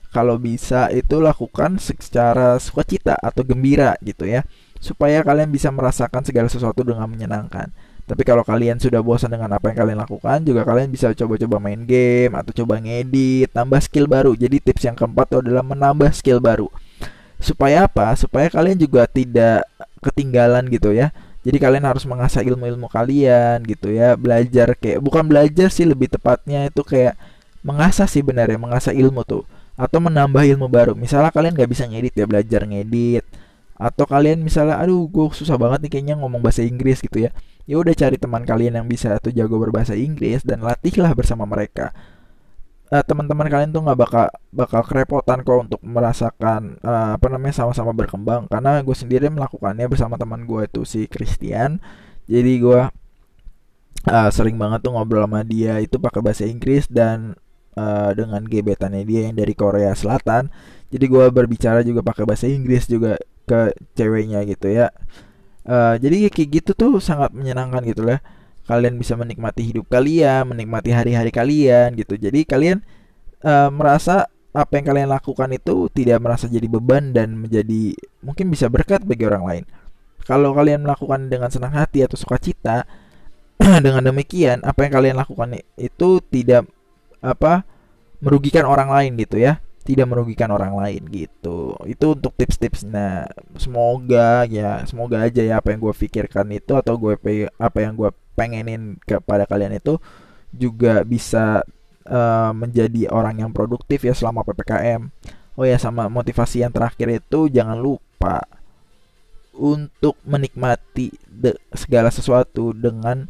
kalau bisa itu lakukan secara sukacita atau gembira gitu ya, supaya kalian bisa merasakan segala sesuatu dengan menyenangkan. Tapi kalau kalian sudah bosan dengan apa yang kalian lakukan, juga kalian bisa coba-coba main game atau coba ngedit, tambah skill baru. Jadi tips yang keempat itu adalah menambah skill baru. Supaya apa? Supaya kalian juga tidak ketinggalan gitu ya. Jadi kalian harus mengasah ilmu-ilmu kalian gitu ya. Belajar kayak, bukan belajar sih, lebih tepatnya itu kayak mengasah sih benar ya, mengasah ilmu tuh. Atau menambah ilmu baru. Misalnya kalian gak bisa ngedit ya, belajar ngedit. Atau kalian misalnya, aduh gue susah banget nih kayaknya ngomong bahasa Inggris gitu ya. Ya udah cari teman kalian yang bisa atau jago berbahasa Inggris dan latihlah bersama mereka. Teman-teman kalian tuh nggak bakal kerepotan kok untuk merasakan sama-sama berkembang, karena gue sendiri melakukannya bersama teman gue itu si Christian. Jadi gue sering banget tuh ngobrol sama dia itu pakai bahasa Inggris dan dengan gebetannya dia yang dari Korea Selatan. Jadi gue berbicara juga pakai bahasa Inggris juga ke ceweknya gitu ya. Jadi kayak gitu tuh sangat menyenangkan gitu lah. Kalian bisa menikmati hidup kalian, menikmati hari-hari kalian gitu. Jadi kalian merasa apa yang kalian lakukan itu tidak merasa jadi beban dan menjadi mungkin bisa berkat bagi orang lain. Kalau kalian melakukan dengan senang hati atau sukacita, dengan demikian apa yang kalian lakukan itu tidak merugikan orang lain gitu ya. Tidak merugikan orang lain gitu. Itu untuk tips-tips. Nah, semoga aja ya apa yang gue pikirkan itu atau apa yang gue pengenin kepada kalian itu juga bisa menjadi orang yang produktif ya selama PPKM. Oh ya, sama motivasi yang terakhir itu jangan lupa untuk menikmati segala sesuatu dengan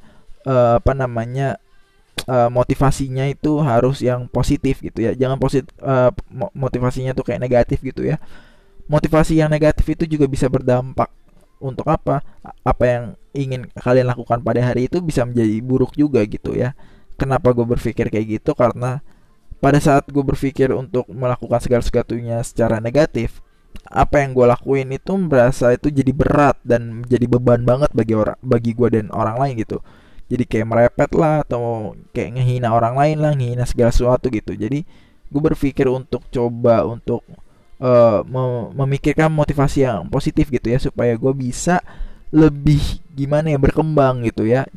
motivasinya itu harus yang positif gitu ya. Jangan motivasinya tuh kayak negatif gitu ya. Motivasi yang negatif itu juga bisa berdampak untuk apa yang ingin kalian lakukan pada hari itu bisa menjadi buruk juga gitu ya. Kenapa gue berpikir kayak gitu? Karena pada saat gue berpikir untuk melakukan segala sesuatunya secara negatif, apa yang gue lakuin itu merasa itu jadi berat dan jadi beban banget bagi gue dan orang lain gitu. Jadi kayak merepet lah atau kayak ngehina orang lain lah, ngehina segala sesuatu gitu. Jadi gue berpikir untuk coba untuk memikirkan motivasi yang positif gitu ya, supaya gue bisa lebih gimana ya, berkembang gitu ya.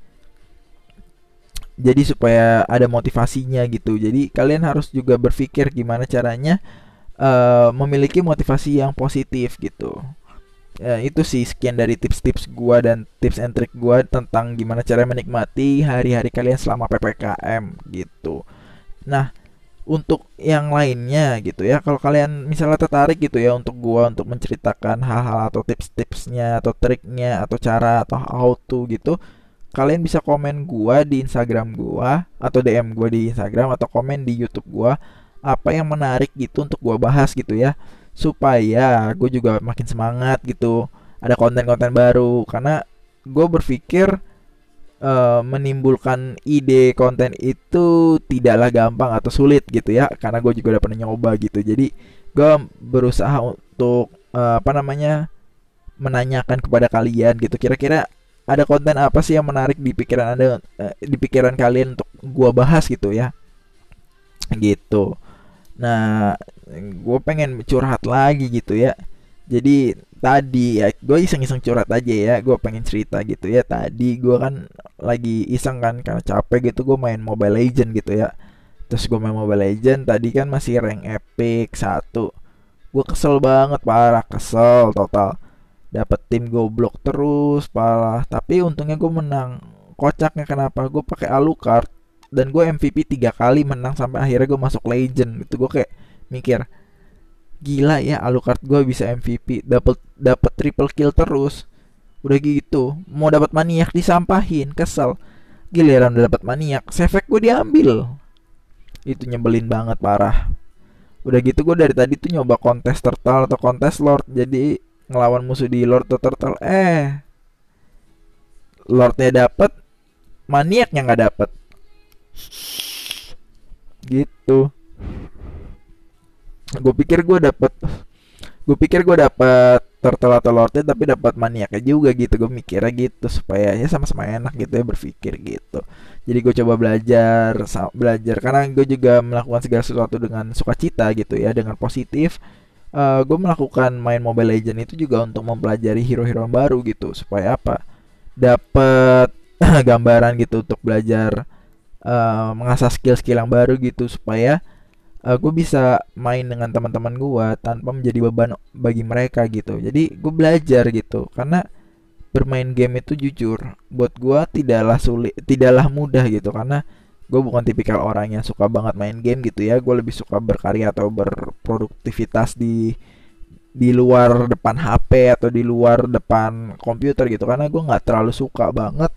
Jadi supaya ada motivasinya gitu. Jadi kalian harus juga berpikir gimana caranya memiliki motivasi yang positif gitu. Ya, itu sih sekian dari tips-tips gua dan tips and trick gua tentang gimana cara menikmati hari-hari kalian selama PPKM gitu. Nah, untuk yang lainnya gitu ya, kalau kalian misalnya tertarik gitu ya untuk gua untuk menceritakan hal-hal atau tips-tipsnya atau triknya atau cara atau how to gitu, kalian bisa komen gua di Instagram gua atau DM gua di Instagram atau komen di YouTube gua apa yang menarik gitu untuk gua bahas gitu ya, supaya gue juga makin semangat gitu ada konten-konten baru. Karena gue berpikir menimbulkan ide konten itu tidaklah gampang atau sulit gitu ya, karena gue juga udah pernah nyoba gitu. Jadi gue berusaha untuk menanyakan kepada kalian gitu, kira-kira ada konten apa sih yang menarik di pikiran Anda, di pikiran kalian untuk gue bahas gitu ya gitu. Nah, gue pengen curhat lagi gitu ya. Jadi tadi ya gue iseng-iseng curhat aja ya. Gue pengen cerita gitu ya. Tadi gue kan lagi iseng kan karena capek gitu, gue main Mobile Legend gitu ya. Terus gue main Mobile Legend tadi kan masih rank epic 1. Gue kesel banget, parah kesel total. Dapat tim goblok terus, parah. Tapi untungnya gue menang. Kocaknya kenapa? Gue pakai Alucard dan gue MVP 3 kali menang sampai akhirnya gue masuk legend gitu. Gue kayak mikir, gila ya, Alucard gue bisa MVP, dapat triple kill terus. Udah gitu mau dapat maniak disampahin, kesel. Giliran udah dapat maniak, sefek gue diambil. Itu nyebelin banget, parah. Udah gitu gue dari tadi tuh nyoba kontes turtle atau kontes lord, jadi ngelawan musuh di lord atau turtle, lordnya dapet, maniaknya nggak dapet gitu. Gue pikir gue dapet turtle atau lordnya tapi dapat maniaknya juga gitu. Gue mikirnya gitu supaya ya sama-sama enak gitu ya berpikir gitu. Jadi gue coba belajar karena gue juga melakukan segala sesuatu dengan sukacita gitu ya, dengan positif. Gue melakukan main Mobile Legend itu juga untuk mempelajari hero-hero yang baru gitu supaya apa? Dapat gambaran gitu untuk belajar mengasah skill-skill yang baru gitu supaya gue bisa main dengan teman-teman gue tanpa menjadi beban bagi mereka gitu. Jadi gue belajar gitu karena bermain game itu jujur buat gue tidaklah mudah gitu karena gue bukan tipikal orang yang suka banget main game gitu ya. Gue lebih suka berkarya atau berproduktivitas di luar depan HP atau di luar depan komputer gitu karena gue nggak terlalu suka banget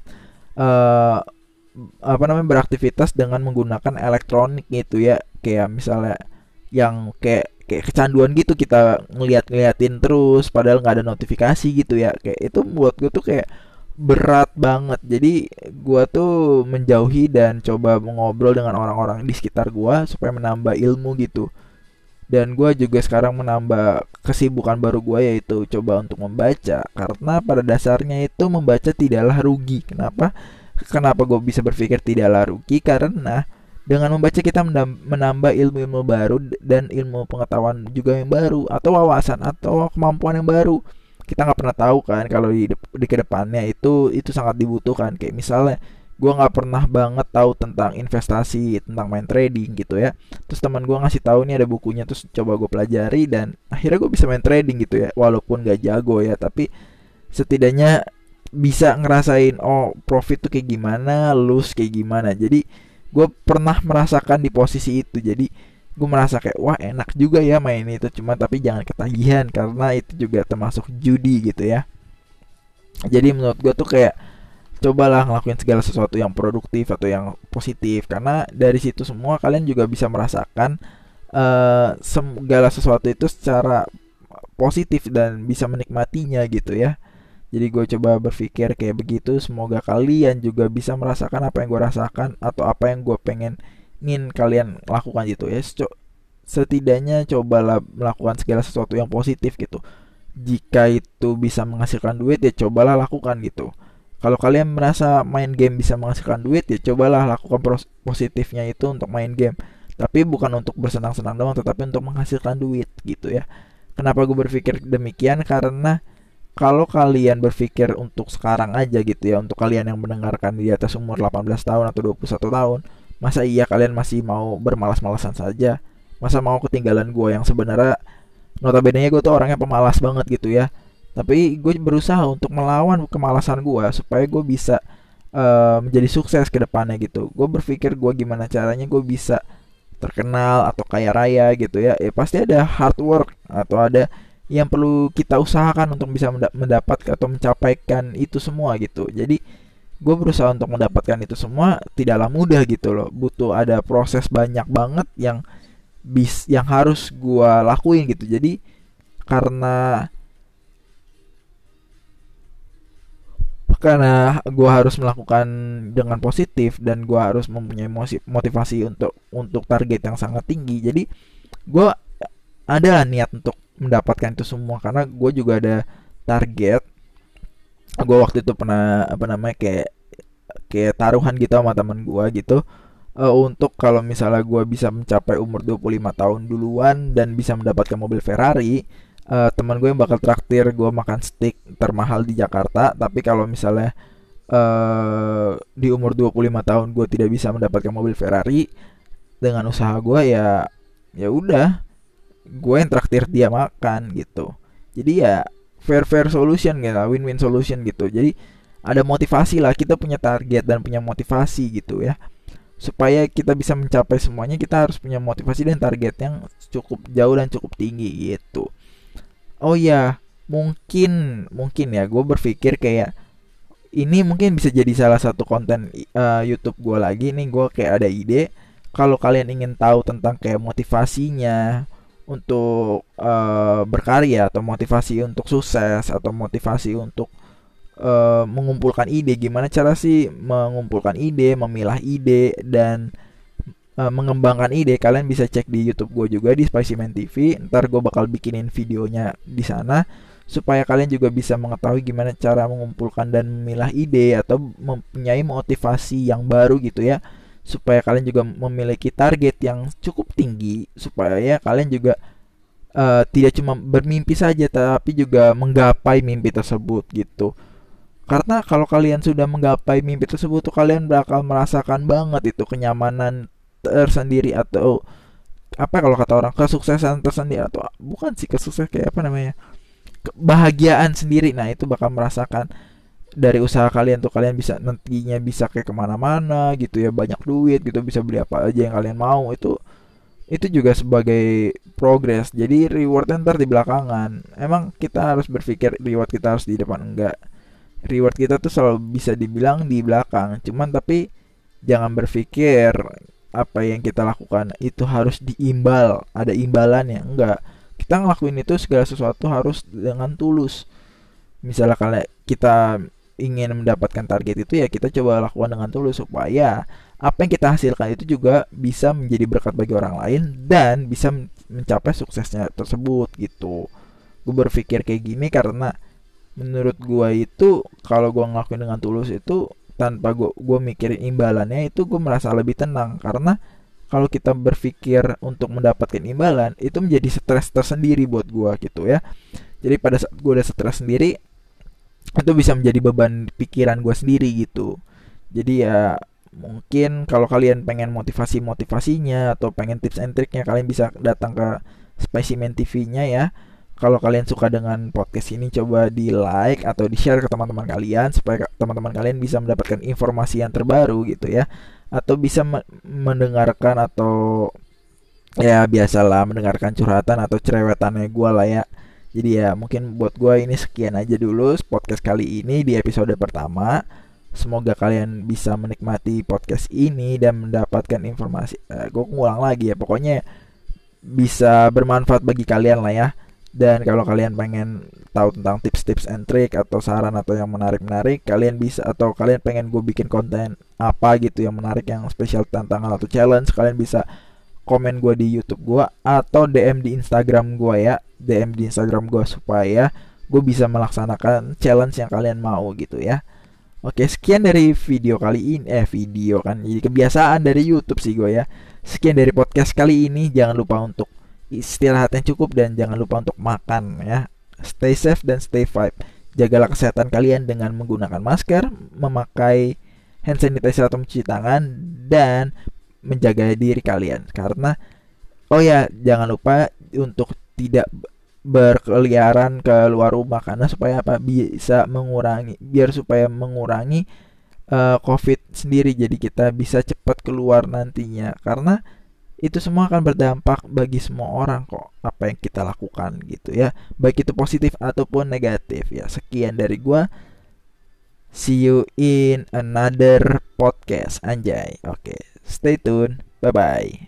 eh beraktivitas dengan menggunakan elektronik gitu ya, kayak misalnya yang kayak kecanduan gitu kita ngeliatin terus padahal nggak ada notifikasi gitu ya, kayak itu buat gue tuh kayak berat banget. Jadi gue tuh menjauhi dan coba mengobrol dengan orang-orang di sekitar gue supaya menambah ilmu gitu. Dan gue juga sekarang menambah kesibukan baru gue yaitu coba untuk membaca karena pada dasarnya itu membaca tidaklah rugi. Kenapa gue bisa berpikir tidaklah rugi? Karena dengan membaca kita menambah ilmu-ilmu baru dan ilmu pengetahuan juga yang baru atau wawasan atau kemampuan yang baru. Kita nggak pernah tahu kan kalau di kedepannya itu sangat dibutuhkan. Kayak misalnya gue nggak pernah banget tahu tentang investasi, tentang main trading gitu ya. Terus teman gue ngasih tahu nih ada bukunya, terus coba gue pelajari dan akhirnya gue bisa main trading gitu ya. Walaupun gak jago ya, tapi setidaknya bisa ngerasain profit tuh kayak gimana, lose kayak gimana. Jadi gue pernah merasakan di posisi itu. Jadi gue merasa kayak wah enak juga ya main itu, cuma tapi jangan ketagihan karena itu juga termasuk judi gitu ya. Jadi menurut gue tuh kayak cobalah ngelakuin segala sesuatu yang produktif atau yang positif karena dari situ semua kalian juga bisa merasakan segala sesuatu itu secara positif dan bisa menikmatinya gitu ya. Jadi gue coba berpikir kayak begitu. Semoga kalian juga bisa merasakan apa yang gue rasakan atau apa yang gue ingin kalian lakukan gitu ya. Setidaknya cobalah melakukan segala sesuatu yang positif gitu. Jika itu bisa menghasilkan duit ya cobalah lakukan gitu. Kalau kalian merasa main game bisa menghasilkan duit ya cobalah lakukan positifnya itu untuk main game. Tapi bukan untuk bersenang-senang doang, tetapi untuk menghasilkan duit gitu ya. Kenapa gue berpikir demikian? Karena kalau kalian berpikir untuk sekarang aja gitu ya, untuk kalian yang mendengarkan di atas umur 18 tahun atau 21 tahun, masa iya kalian masih mau bermalas-malasan saja? Masa mau ketinggalan gue yang sebenarnya notabene gue tuh orangnya pemalas banget gitu ya. Tapi gue berusaha untuk melawan kemalasan gue supaya gue bisa menjadi sukses ke depannya gitu. Gue berpikir gue gimana caranya gue bisa terkenal atau kaya raya gitu ya. Ya pasti ada hard work atau ada yang perlu kita usahakan untuk bisa mendapatkan atau mencapaikan itu semua gitu. Jadi gue berusaha untuk mendapatkan itu semua tidaklah mudah gitu loh. Butuh ada proses banyak banget yang harus gue lakuin gitu. Jadi karena gue harus melakukan dengan positif dan gue harus mempunyai motivasi untuk target yang sangat tinggi. Jadi gue ada niat untuk mendapatkan itu semua karena gue juga ada target. Gue waktu itu pernah kayak taruhan gitu sama teman gue gitu, untuk kalau misalnya gue bisa mencapai umur 25 tahun duluan dan bisa mendapatkan mobil Ferrari, teman gue yang bakal traktir gue makan steak termahal di Jakarta. Tapi kalau misalnya di umur 25 tahun gue tidak bisa mendapatkan mobil Ferrari, dengan usaha gue ya udah gue yang traktir dia makan gitu. Jadi ya fair solution gitu, win-win solution gitu. Jadi ada motivasi lah, kita punya target dan punya motivasi gitu ya. Supaya kita bisa mencapai semuanya kita harus punya motivasi dan target yang cukup jauh dan cukup tinggi gitu. Oh ya, mungkin ya gue berpikir kayak ini mungkin bisa jadi salah satu konten YouTube gue lagi nih. Gue kayak ada ide, kalau kalian ingin tahu tentang kayak motivasinya untuk berkarya atau motivasi untuk sukses atau motivasi untuk mengumpulkan ide, gimana cara sih mengumpulkan ide, memilah ide dan mengembangkan ide, kalian bisa cek di YouTube gue juga di Spicyman TV. Ntar gue bakal bikinin videonya di sana supaya kalian juga bisa mengetahui gimana cara mengumpulkan dan memilah ide atau mempunyai motivasi yang baru gitu ya, supaya kalian juga memiliki target yang cukup tinggi, supaya ya kalian juga tidak cuma bermimpi saja tapi juga menggapai mimpi tersebut gitu. Karena kalau kalian sudah menggapai mimpi tersebut tuh kalian bakal merasakan banget itu kenyamanan tersendiri, atau apa kalau kata orang kesuksesan tersendiri, atau bukan sih kesuksesan, kayak apa namanya, kebahagiaan sendiri. Nah itu bakal merasakan dari usaha kalian tuh, kalian bisa nantinya bisa kayak kemana-mana gitu ya, banyak duit gitu, bisa beli apa aja yang kalian mau. Itu juga sebagai progress. Jadi reward ntar di belakangan. Emang kita harus berpikir reward kita harus di depan, enggak. Reward kita tuh selalu bisa dibilang di belakang. Cuman tapi jangan berpikir apa yang kita lakukan itu harus diimbal, ada imbalannya. Enggak. Kita ngelakuin itu segala sesuatu harus dengan tulus. Misalnya kalau kita ingin mendapatkan target itu ya kita coba lakukan dengan tulus, supaya apa yang kita hasilkan itu juga bisa menjadi berkat bagi orang lain dan bisa mencapai suksesnya tersebut gitu. Gue berpikir kayak gini karena menurut gue itu kalau gue ngelakuin dengan tulus itu tanpa gue mikirin imbalannya, itu gue merasa lebih tenang. Karena kalau kita berpikir untuk mendapatkan imbalan itu menjadi stres tersendiri buat gue gitu ya. Jadi pada saat gue udah stres sendiri itu bisa menjadi beban pikiran gue sendiri gitu. Jadi ya mungkin kalau kalian pengen motivasinya atau pengen tips and triknya, kalian bisa datang ke Spesimen TV-nya ya. Kalau kalian suka dengan podcast ini, coba di like atau di share ke teman-teman kalian, supaya teman-teman kalian bisa mendapatkan informasi yang terbaru gitu ya, atau bisa mendengarkan, atau ya biasalah mendengarkan curhatan atau cerewetannya gue lah ya. Jadi ya mungkin buat gue ini sekian aja dulu podcast kali ini di episode pertama. Semoga kalian bisa menikmati podcast ini dan mendapatkan informasi. Gue ngulang lagi ya, pokoknya bisa bermanfaat bagi kalian lah ya. Dan kalau kalian pengen tahu tentang tips-tips and trick atau saran atau yang menarik-menarik, kalian bisa, atau kalian pengen gue bikin konten apa gitu yang menarik, yang spesial, tantangan atau challenge, kalian bisa komen gue di YouTube gue atau DM di Instagram gue ya. DM di Instagram gue supaya gue bisa melaksanakan challenge yang kalian mau gitu ya. Oke, sekian dari video kali ini. Video kan jadi kebiasaan dari YouTube sih gue ya. Sekian dari podcast kali ini. Jangan lupa untuk istirahat yang cukup dan jangan lupa untuk makan ya. Stay safe dan stay vibe. Jagalah kesehatan kalian dengan menggunakan masker, memakai hand sanitizer atau mencuci tangan, dan menjaga diri kalian. Karena oh ya, jangan lupa untuk tidak berkeliaran ke luar rumah, karena supaya apa, bisa mengurangi, supaya mengurangi COVID sendiri. Jadi kita bisa cepat keluar nantinya, karena itu semua akan berdampak bagi semua orang kok apa yang kita lakukan gitu ya, baik itu positif ataupun negatif ya. Sekian dari gua, see you in another podcast anjay. Oke, stay tune, bye bye.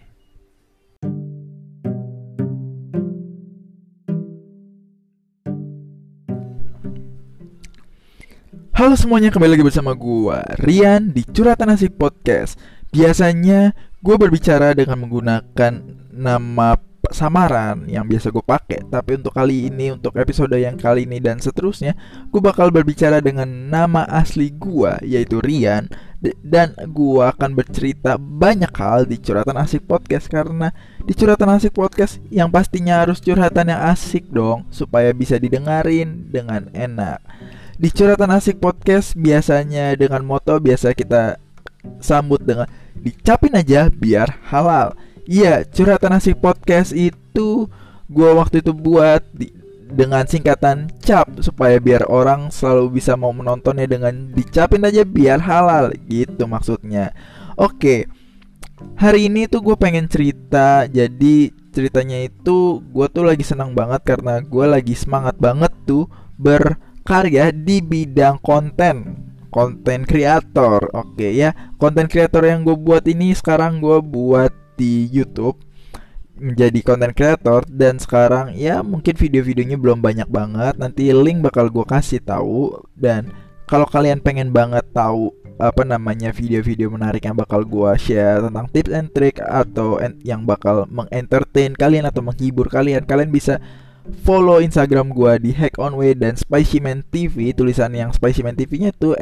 Halo semuanya, kembali lagi bersama gue Rian di Curhatan Asik Podcast. Biasanya gue berbicara dengan menggunakan nama samaran yang biasa gue pakai, tapi untuk kali ini, untuk episode yang kali ini dan seterusnya, gue bakal berbicara dengan nama asli gue, yaitu Rian. Dan gue akan bercerita banyak hal di Curhatan Asik Podcast. Karena di Curhatan Asik Podcast yang pastinya harus curhatan yang asik dong, supaya bisa didengarin dengan enak. Di Curhatan Asik Podcast biasanya dengan moto biasa kita sambut dengan dicapin aja biar halal. Iya, Curhatan Asik Podcast itu gua waktu itu buat dengan singkatan CAP, supaya biar orang selalu bisa mau menontonnya dengan dicapin aja biar halal gitu maksudnya. Oke, hari ini tuh gue pengen cerita. Jadi ceritanya itu gue tuh lagi senang banget karena gue lagi semangat banget tuh berkarya di bidang konten kreator. Oke ya, konten kreator yang gue buat ini sekarang gue buat di YouTube menjadi konten kreator, dan sekarang ya mungkin video-videonya belum banyak banget. Nanti link bakal gue kasih tahu. Dan kalau kalian pengen banget tahu apa namanya video-video menarik yang bakal gue share tentang tips and trick atau yang bakal mengentertain kalian atau menghibur kalian, kalian bisa follow Instagram gue di Hackonway dan Spicyman TV. Tulisan yang Spicyman TV-nya tuh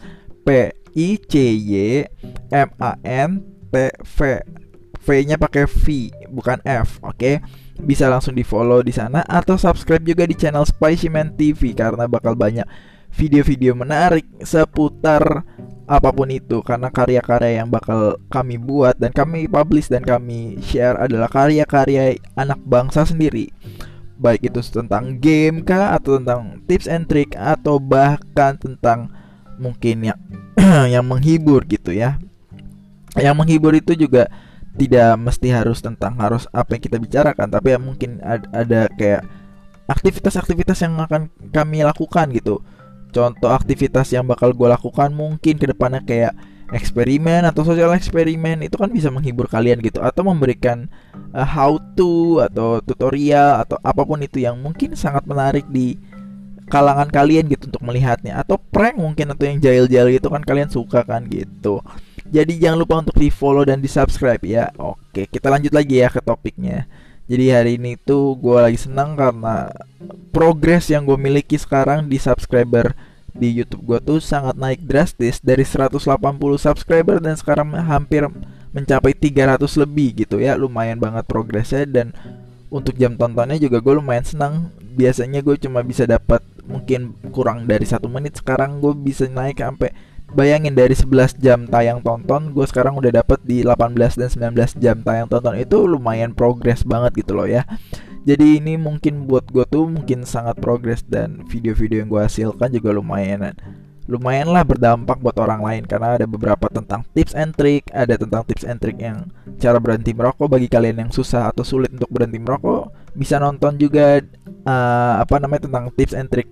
SPICYMANTV. V-nya pakai V bukan F, oke? Bisa langsung di follow di sana atau subscribe juga di channel Spicyman TV karena bakal banyak video-video menarik seputar apapun itu, karena karya-karya yang bakal kami buat dan kami publish dan kami share adalah karya-karya anak bangsa sendiri, baik itu tentang game kah, atau tentang tips and trick, atau bahkan tentang mungkin yang yang menghibur gitu ya. Yang menghibur itu juga tidak mesti harus apa yang kita bicarakan, tapi ya mungkin ada kayak aktivitas-aktivitas yang akan kami lakukan gitu. Contoh aktivitas yang bakal gue lakukan mungkin kedepannya kayak eksperimen atau sosial eksperimen, itu kan bisa menghibur kalian gitu, atau memberikan how to atau tutorial atau apapun itu yang mungkin sangat menarik di kalangan kalian gitu untuk melihatnya, atau prank mungkin, atau yang jahil-jahil gitu kan kalian suka kan gitu. Jadi jangan lupa untuk di follow dan di subscribe ya. Oke, kita lanjut lagi ya ke topiknya. Jadi hari ini tuh gue lagi senang karena progres yang gue miliki sekarang di subscriber di YouTube gue tuh sangat naik drastis dari 180 subscriber dan sekarang hampir mencapai 300 lebih gitu ya. Lumayan banget progresnya, dan untuk jam tontonnya juga gue lumayan senang. Biasanya gue cuma bisa dapat mungkin kurang dari 1 menit, sekarang gue bisa naik sampai, bayangin, dari 11 jam tayang tonton gue sekarang udah dapat di 18 dan 19 jam tayang tonton. Itu lumayan progres banget gitu loh ya. Jadi ini mungkin buat gue tuh mungkin sangat progres, dan video-video yang gue hasilkan juga lumayan lah berdampak buat orang lain, karena ada beberapa tentang tips and trick, ada tentang tips and trick yang cara berhenti merokok bagi kalian yang susah atau sulit untuk berhenti merokok. Bisa nonton juga tentang tips and trick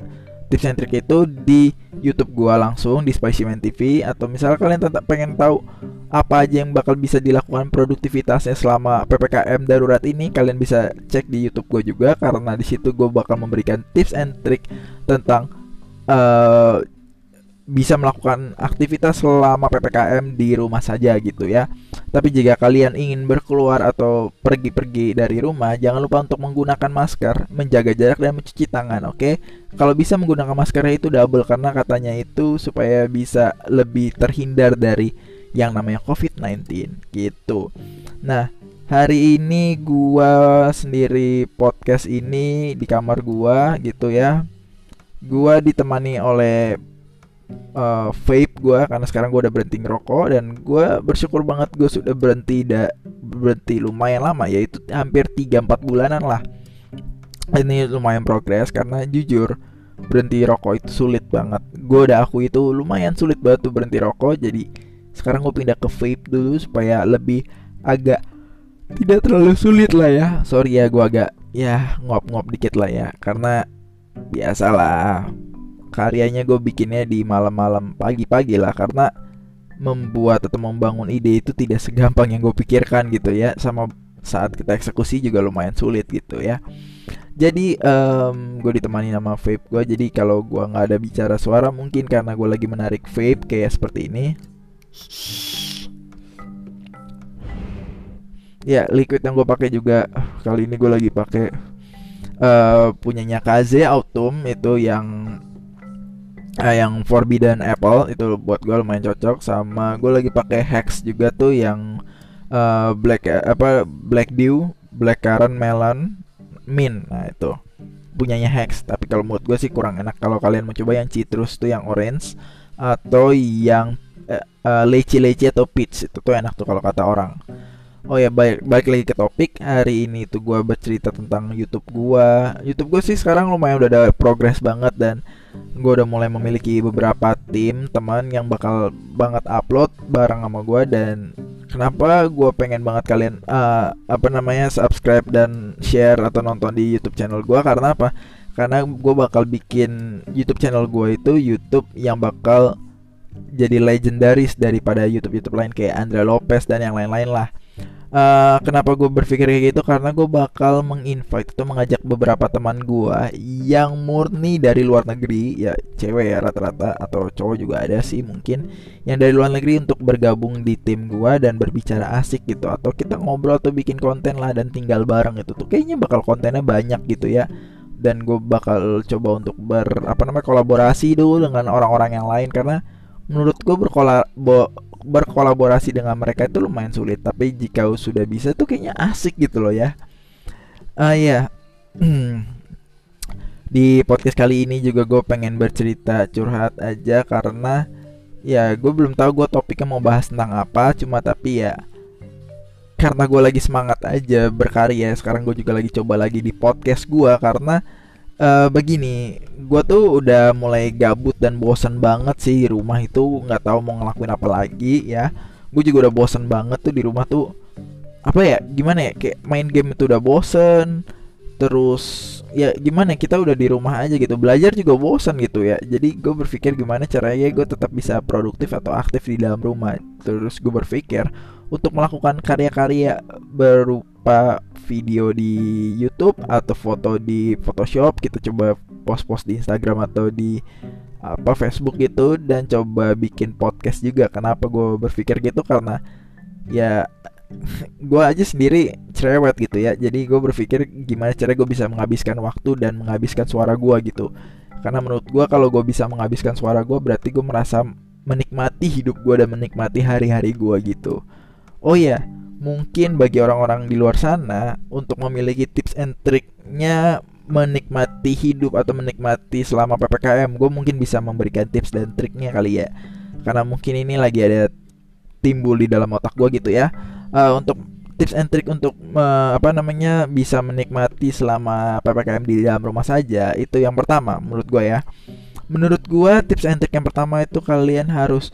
itu di YouTube gua langsung di Spicyman TV. Atau misalnya kalian tetap pengen tahu apa aja yang bakal bisa dilakukan produktivitasnya selama PPKM darurat ini, kalian bisa cek di YouTube gua juga, karena di situ gua bakal memberikan tips and trick tentang bisa melakukan aktivitas selama PPKM di rumah saja gitu ya. Tapi jika kalian ingin berkeluar atau pergi-pergi dari rumah, jangan lupa untuk menggunakan masker, menjaga jarak, dan mencuci tangan, oke? Kalau bisa menggunakan maskernya itu double, karena katanya itu supaya bisa lebih terhindar dari yang namanya COVID-19 gitu. Nah, hari ini gua sendiri podcast ini di kamar gua gitu ya. Gua ditemani oleh vape gue, karena sekarang gue udah berhenti ngerokok, dan gue bersyukur banget gue sudah berhenti lumayan lama, yaitu hampir 3-4 bulanan lah. Ini lumayan progres, karena jujur berhenti rokok itu sulit banget. Gue udah akui itu lumayan sulit banget tuh berhenti rokok. Jadi sekarang gue pindah ke vape dulu supaya lebih agak tidak terlalu sulit lah ya. Sorry ya, gue agak ya ngop-ngop dikit lah ya, karena biasalah karyanya gue bikinnya di malam-malam, pagi-pagi lah, karena membuat atau membangun ide itu tidak segampang yang gue pikirkan gitu ya. Sama saat kita eksekusi juga lumayan sulit gitu ya. Jadi gue ditemani nama vape gue. Jadi kalau gue gak ada bicara suara, mungkin karena gue lagi menarik vape kayak seperti ini. Ya, liquid yang gue pakai juga kali ini gue lagi pakai punyanya Kaze Autumn, itu yang Forbidden Apple, itu buat gue lumayan cocok. Sama gue lagi pakai Hex juga tuh yang Black Dew, Blackcurrant Melon Mint. Nah itu punyanya Hex. Tapi kalau menurut gue sih kurang enak. Kalau kalian mau coba yang citrus tuh yang orange, atau yang leci atau peach, itu tuh enak tuh kalau kata orang. Oh ya, balik lagi ke topik. Hari ini tuh gue bercerita tentang YouTube gue sih sekarang lumayan udah ada progres banget, dan gue udah mulai memiliki beberapa tim teman yang bakal banget upload bareng sama gue. Dan kenapa gue pengen banget kalian subscribe dan share atau nonton di YouTube channel gue, karena apa? Karena gue bakal bikin YouTube channel gue itu YouTube yang bakal jadi legendaris daripada YouTube lain kayak Andrea Lopez dan yang lain-lain lah. Kenapa gue berpikir kayak gitu? Karena gue bakal menginvite atau mengajak beberapa teman gue yang murni dari luar negeri, ya cewek ya rata-rata, atau cowok juga ada sih mungkin, yang dari luar negeri untuk bergabung di tim gue dan berbicara asik gitu, atau kita ngobrol atau bikin konten lah dan tinggal bareng gitu. Tuh kayaknya bakal kontennya banyak gitu ya. Dan gue bakal coba untuk kolaborasi dulu dengan orang-orang yang lain, karena menurut gue berkolaborasi dengan mereka itu lumayan sulit, tapi jika sudah bisa tuh kayaknya asik gitu loh ya. Ya. Di podcast kali ini juga gue pengen bercerita curhat aja, karena ya gue belum tahu gue topiknya mau bahas tentang apa, cuma tapi ya karena gue lagi semangat aja berkarya. Sekarang gue juga lagi coba lagi di podcast gue, karena begini, gue tuh udah mulai gabut dan bosan banget sih di rumah itu, nggak tahu mau ngelakuin apa lagi ya. Gue juga udah bosan banget tuh di rumah tuh, apa ya, gimana ya, kayak main game itu udah bosen. Terus ya gimana, kita udah di rumah aja gitu, belajar juga bosan gitu ya. Jadi gue berpikir gimana caranya gue tetap bisa produktif atau aktif di dalam rumah. Terus gue berpikir untuk melakukan karya-karya berupa video di YouTube atau foto di Photoshop. Kita coba post-post di Instagram atau di Facebook gitu, dan coba bikin podcast juga. Kenapa gue berpikir gitu? Karena ya gue aja sendiri cerewet gitu ya. Jadi gue berpikir gimana cara gue bisa menghabiskan waktu dan menghabiskan suara gue gitu. Karena menurut gue kalau gue bisa menghabiskan suara gue, berarti gue merasa menikmati hidup gue dan menikmati hari-hari gue gitu. Oh ya, mungkin bagi orang-orang di luar sana untuk memiliki tips and triknya menikmati hidup atau menikmati selama PPKM, gue mungkin bisa memberikan tips dan triknya kali ya. Karena mungkin ini lagi ada timbul di dalam otak gue gitu ya. Untuk tips and trik untuk bisa menikmati selama PPKM di dalam rumah saja, itu yang pertama menurut gue ya. Menurut gue tips and trik yang pertama itu kalian harus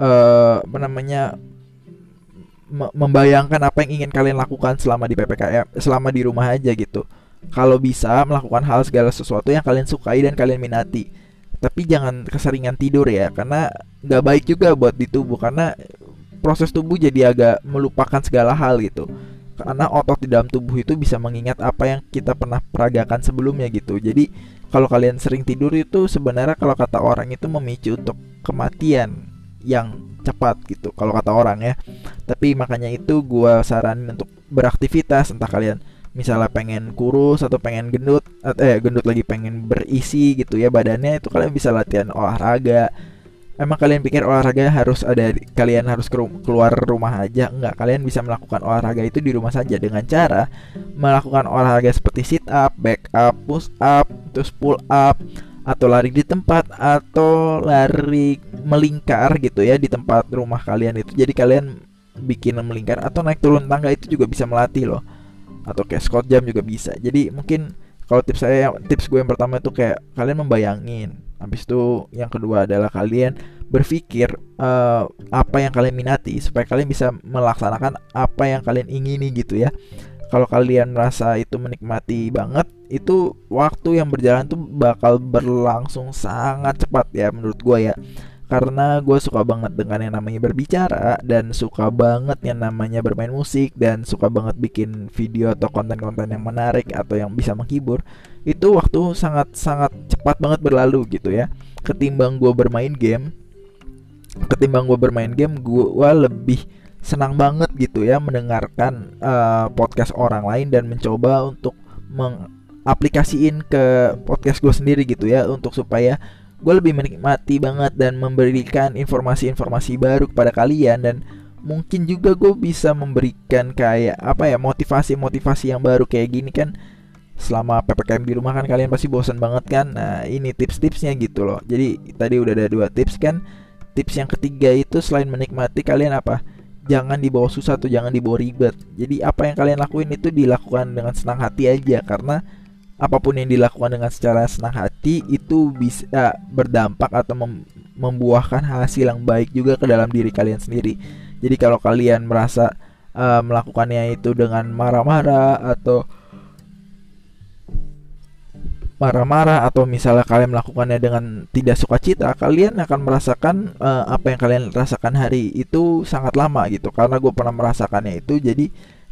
membayangkan apa yang ingin kalian lakukan selama di PPKM, selama di rumah aja gitu. Kalau bisa melakukan hal segala sesuatu yang kalian sukai dan kalian minati. Tapi jangan keseringan tidur ya, karena nggak baik juga buat di tubuh, karena proses tubuh jadi agak melupakan segala hal gitu. Karena otot di dalam tubuh itu bisa mengingat apa yang kita pernah peragakan sebelumnya gitu. Jadi kalau kalian sering tidur itu sebenarnya kalau kata orang itu memicu untuk kematian yang cepat gitu kalau kata orang ya. Tapi makanya itu gue saranin untuk beraktivitas, entah kalian misalnya pengen kurus atau pengen gendut, gendut lagi pengen berisi gitu ya badannya, itu kalian bisa latihan olahraga. Emang kalian pikir olahraga harus kalian harus keluar rumah aja? Enggak, kalian bisa melakukan olahraga itu di rumah saja dengan cara melakukan olahraga seperti sit up, back up, push up, terus pull up, atau lari di tempat, atau lari melingkar gitu ya di tempat rumah kalian itu. Jadi kalian bikin melingkar atau naik turun tangga, itu juga bisa melatih loh. Atau kayak squat jump juga bisa. Jadi mungkin kalau tips gue yang pertama itu kayak kalian membayangin. Habis itu yang kedua adalah kalian berpikir apa yang kalian minati supaya kalian bisa melaksanakan apa yang kalian ingini gitu ya. Kalau kalian merasa itu menikmati banget, itu waktu yang berjalan tuh bakal berlangsung sangat cepat ya menurut gue ya. Karena gue suka banget dengan yang namanya berbicara, dan suka banget yang namanya bermain musik, dan suka banget bikin video atau konten-konten yang menarik atau yang bisa menghibur. Itu waktu sangat-sangat cepat banget berlalu gitu ya. Ketimbang gue bermain game, gue lebih senang banget gitu ya mendengarkan podcast orang lain dan mencoba untuk mengaplikasiin ke podcast gue sendiri gitu ya, untuk supaya gue lebih menikmati banget dan memberikan informasi-informasi baru kepada kalian. Dan mungkin juga gue bisa memberikan kayak motivasi-motivasi yang baru kayak gini kan. Selama PPKM di rumah kan kalian pasti bosan banget kan. Nah ini tips-tipsnya gitu loh. Jadi tadi udah ada 2 tips kan. Tips yang ketiga itu selain menikmati, kalian jangan dibawa susah atau jangan dibawa ribet. Jadi apa yang kalian lakuin itu dilakukan dengan senang hati aja. Karena apapun yang dilakukan dengan secara senang hati itu bisa berdampak atau membuahkan hasil yang baik juga ke dalam diri kalian sendiri. Jadi kalau kalian merasa melakukannya itu dengan marah-marah atau misalnya kalian melakukannya dengan tidak sukacita, kalian akan merasakan apa yang kalian rasakan hari itu sangat lama gitu. Karena gue pernah merasakannya itu, jadi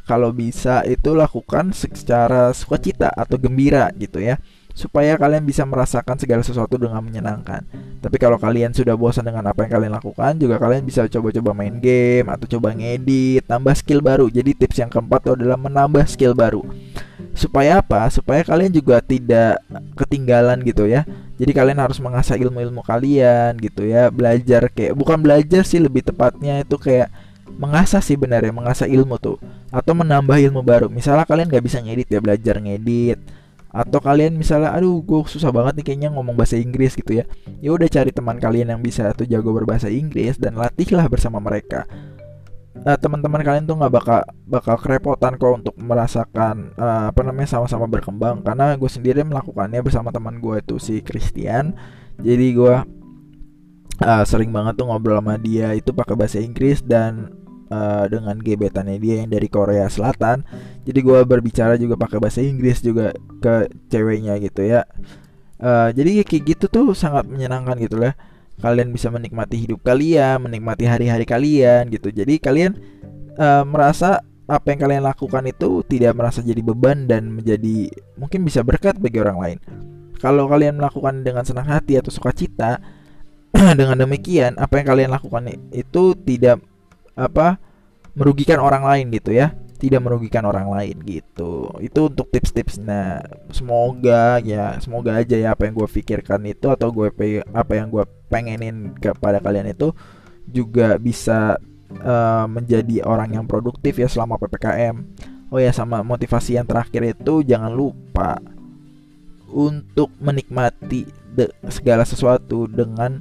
kalau bisa itu lakukan secara sukacita atau gembira gitu ya, supaya kalian bisa merasakan segala sesuatu dengan menyenangkan. Tapi kalau kalian sudah bosan dengan apa yang kalian lakukan, juga kalian bisa coba-coba main game atau coba ngedit, tambah skill baru. Jadi tips yang keempat itu adalah menambah skill baru. Supaya apa? Supaya kalian juga tidak ketinggalan gitu ya. Jadi kalian harus mengasah ilmu-ilmu kalian gitu ya. Belajar kayak, bukan belajar sih, lebih tepatnya itu kayak mengasah sih benar ya, mengasah ilmu tuh, atau menambah ilmu baru. Misalnya kalian nggak bisa ngedit ya, belajar ngedit. Atau kalian misalnya, aduh gue susah banget nih kayaknya ngomong bahasa Inggris gitu ya, ya udah cari teman kalian yang bisa tuh jago berbahasa Inggris dan latihlah bersama mereka. Teman-teman kalian tuh nggak bakal kerepotan kok untuk merasakan sama-sama berkembang, karena gue sendiri melakukannya bersama teman gue itu si Christian. Jadi gue sering banget tuh ngobrol sama dia itu pakai bahasa Inggris dan dengan gebetannya dia yang dari Korea Selatan. Jadi gue berbicara juga pakai bahasa Inggris juga ke ceweknya gitu ya. Jadi kayak gitu tuh sangat menyenangkan gitu lah. Kalian bisa menikmati hidup kalian, menikmati hari-hari kalian gitu. Jadi kalian merasa apa yang kalian lakukan itu tidak merasa jadi beban dan menjadi mungkin bisa berkat bagi orang lain. Kalau kalian melakukan dengan senang hati atau sukacita, dengan demikian apa yang kalian lakukan itu tidak merugikan orang lain gitu ya, tidak merugikan orang lain gitu. Itu untuk tips-tips. Nah, semoga aja ya apa yang gue pikirkan itu atau apa yang gue pengenin kepada kalian itu juga bisa menjadi orang yang produktif ya selama PPKM. Oh ya, sama motivasi yang terakhir itu jangan lupa untuk menikmati segala sesuatu dengan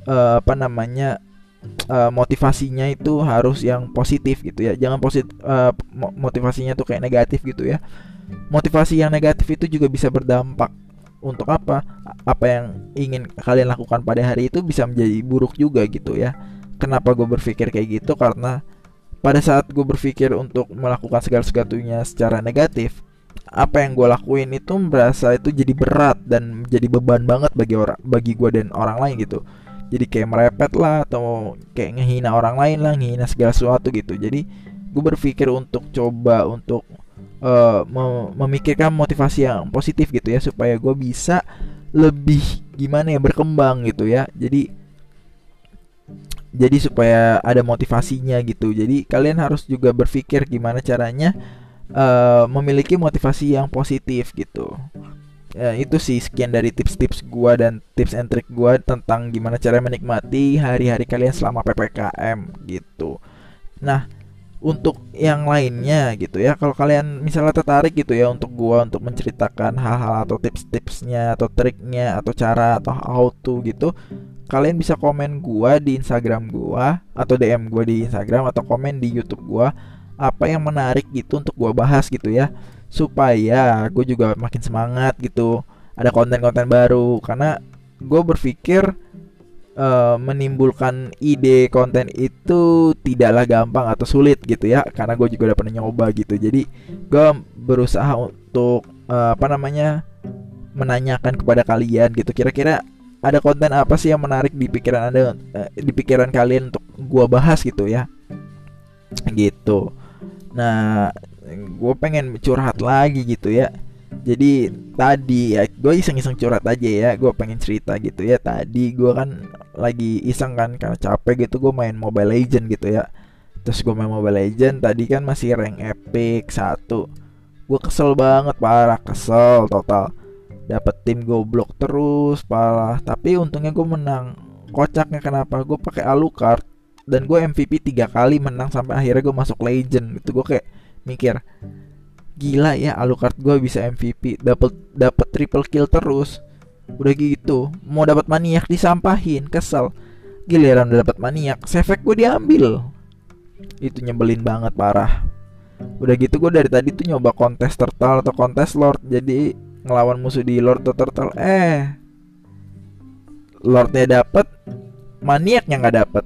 motivasinya itu harus yang positif gitu ya. Jangan motivasinya tuh kayak negatif gitu ya. Motivasi yang negatif itu juga bisa berdampak untuk apa yang ingin kalian lakukan pada hari itu bisa menjadi buruk juga gitu ya. Kenapa gue berpikir kayak gitu? Karena pada saat gue berpikir untuk melakukan segala sesuatunya secara negatif, apa yang gue lakuin itu merasa itu jadi berat dan jadi beban banget bagi gue dan orang lain gitu. Jadi kayak merepet lah, atau kayak ngehina orang lain lah, ngehina segala sesuatu gitu. Jadi gue berpikir untuk coba untuk memikirkan motivasi yang positif gitu ya, supaya gue bisa lebih berkembang gitu ya. Jadi supaya ada motivasinya gitu. Jadi kalian harus juga berpikir gimana caranya memiliki motivasi yang positif gitu. Ya, itu sih sekian dari tips-tips gua dan tips and trick gua tentang gimana cara menikmati hari-hari kalian selama PPKM gitu. Nah, untuk yang lainnya gitu ya, kalau kalian misalnya tertarik gitu ya untuk gua untuk menceritakan hal-hal atau tips-tipsnya atau triknya atau cara atau how to gitu, kalian bisa komen gua di Instagram gua atau DM gua di Instagram atau komen di YouTube gua apa yang menarik gitu untuk gua bahas gitu ya, supaya gue juga makin semangat gitu, ada konten-konten baru. Karena gue berpikir menimbulkan ide konten itu tidaklah gampang atau sulit gitu ya, karena gue juga udah pernah nyoba gitu. Jadi gue berusaha untuk menanyakan kepada kalian gitu, kira-kira ada konten apa sih yang menarik di pikiran Anda, di pikiran kalian untuk gue bahas gitu ya, gitu. Nah, gue pengen curhat lagi gitu ya. Jadi tadi ya gue iseng-iseng curhat aja ya, gue pengen cerita gitu ya. Tadi gue kan lagi iseng kan, karena capek gitu, gue main Mobile Legend gitu ya. Terus gue main Mobile Legend, tadi kan masih rank epic 1. Gue kesel banget, parah kesel total. Dapet tim goblok terus, parah. Tapi untungnya gue menang. Kocaknya kenapa? Gue pakai Alucard dan gue MVP 3 kali menang sampai akhirnya gue masuk Legend. Itu gue kayak mikir, gila ya, Alucard gue bisa MVP, dapat triple kill terus. Udah gitu mau dapat maniak disampahin, kesel. Giliran udah dapat maniak, sefek gue diambil. Itu nyebelin banget, parah. Udah gitu gue dari tadi tuh nyoba kontes turtle atau kontes lord, jadi ngelawan musuh di lord atau turtle, lordnya dapet, maniaknya nggak dapet.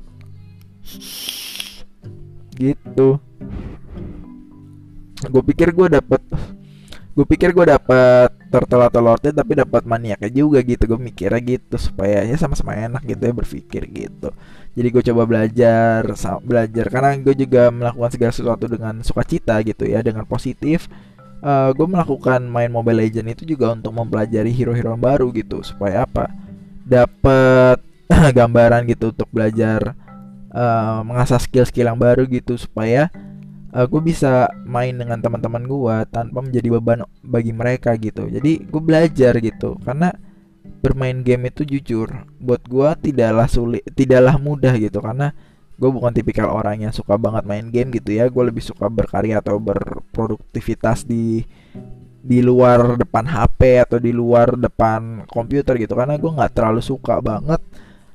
Gitu. Gue pikir gue dapet gue pikir gue dapat turtle atau lordnya tapi dapat maniaknya juga gitu. Gue mikirnya gitu supaya ya sama-sama enak gitu ya berpikir gitu. Jadi gue coba belajar karena gue juga melakukan segala sesuatu dengan sukacita gitu ya, dengan positif. Gue melakukan main Mobile Legend itu juga untuk mempelajari hero-hero yang baru gitu, supaya apa? Dapat gambaran gitu untuk belajar, mengasah skill-skill yang baru gitu, supaya gue bisa main dengan teman-teman gue tanpa menjadi beban bagi mereka gitu. Jadi gue belajar gitu, karena bermain game itu jujur buat gue tidaklah mudah gitu, karena gue bukan tipikal orang yang suka banget main game gitu ya. Gue lebih suka berkarya atau berproduktivitas di luar depan HP atau di luar depan komputer gitu, karena gue nggak terlalu suka banget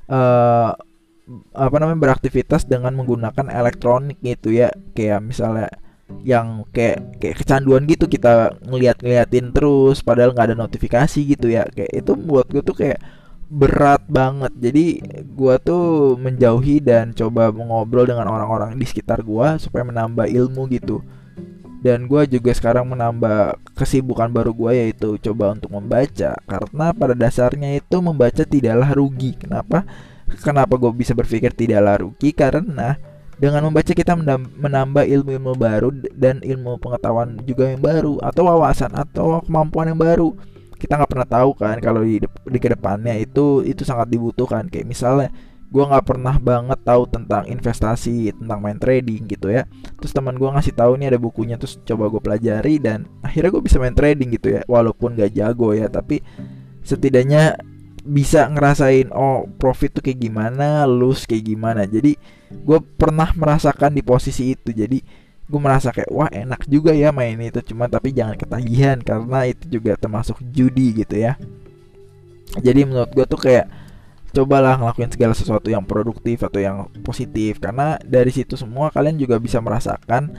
beraktivitas dengan menggunakan elektronik gitu ya. Kayak misalnya yang kayak kecanduan gitu, kita ngeliatin terus padahal nggak ada notifikasi gitu ya. Kayak itu buat gue tuh kayak berat banget. Jadi gue tuh menjauhi dan coba mengobrol dengan orang-orang di sekitar gue supaya menambah ilmu gitu. Dan gue juga sekarang menambah kesibukan baru gue, yaitu coba untuk membaca, karena pada dasarnya itu membaca tidaklah rugi. Kenapa gue bisa berpikir tidaklah rugi? Karena dengan membaca kita menambah ilmu-ilmu baru dan ilmu pengetahuan juga yang baru, atau wawasan atau kemampuan yang baru. Kita nggak pernah tahu kan kalau di kedepannya itu sangat dibutuhkan. Kayak misalnya gue nggak pernah banget tahu tentang investasi, tentang main trading gitu ya. Terus teman gue ngasih tahu nih ada bukunya, terus coba gue pelajari dan akhirnya gue bisa main trading gitu ya. Walaupun nggak jago ya, tapi setidaknya bisa ngerasain profit tuh kayak gimana, lose kayak gimana. Jadi gue pernah merasakan di posisi itu. Jadi gue merasa kayak wah enak juga ya main itu, cuma tapi jangan ketagihan karena itu juga termasuk judi gitu ya. Jadi menurut gue tuh kayak cobalah ngelakuin segala sesuatu yang produktif atau yang positif, karena dari situ semua kalian juga bisa merasakan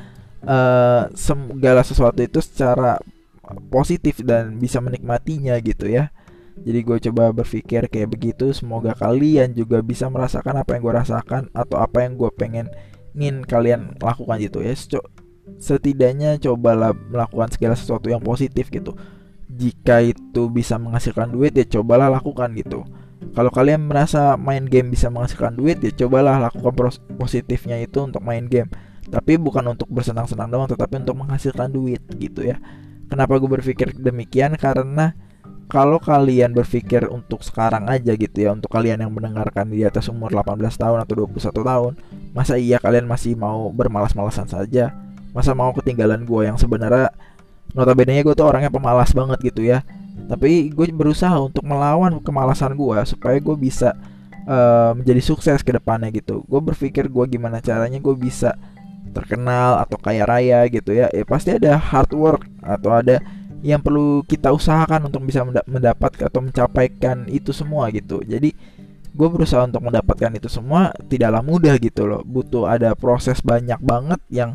segala sesuatu itu secara positif dan bisa menikmatinya gitu ya. Jadi gue coba berpikir kayak begitu. Semoga kalian juga bisa merasakan apa yang gue rasakan atau apa yang gue ingin kalian lakukan gitu ya. Setidaknya cobalah melakukan segala sesuatu yang positif gitu. Jika itu bisa menghasilkan duit ya cobalah lakukan gitu. Kalau kalian merasa main game bisa menghasilkan duit ya cobalah lakukan positifnya itu untuk main game. Tapi bukan untuk bersenang-senang doang, tetapi untuk menghasilkan duit gitu ya. Kenapa gue berpikir demikian? Karena kalau kalian berpikir untuk sekarang aja gitu ya, untuk kalian yang mendengarkan di atas umur 18 tahun atau 21 tahun, masa iya kalian masih mau bermalas-malasan saja? Masa mau ketinggalan gue yang sebenarnya notabene-nya gue tuh orangnya pemalas banget gitu ya. Tapi gue berusaha untuk melawan kemalasan gue supaya gue bisa menjadi sukses ke depannya gitu. Gue berpikir gue gimana caranya gue bisa terkenal atau kaya raya gitu ya. Pasti ada hard work atau ada yang perlu kita usahakan untuk bisa mendapatkan atau mencapaikan itu semua gitu. Jadi gue berusaha untuk mendapatkan itu semua tidaklah mudah gitu loh. Butuh ada proses banyak banget yang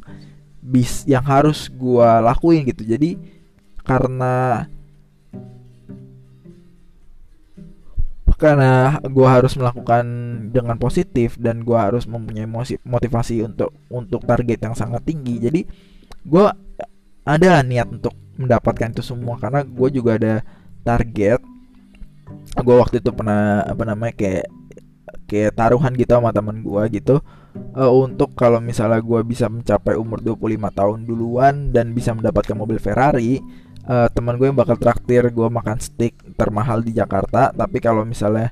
harus gue lakuin gitu. Jadi karena gue harus melakukan dengan positif dan gue harus mempunyai motivasi untuk target yang sangat tinggi. Jadi gue ada niat untuk mendapatkan itu semua, karena gue juga ada target. Gue waktu itu pernah kayak taruhan gitu sama teman gue gitu, untuk kalau misalnya gue bisa mencapai umur 25 tahun duluan dan bisa mendapatkan mobil Ferrari, teman gue yang bakal traktir gue makan steak termahal di Jakarta. Tapi kalau misalnya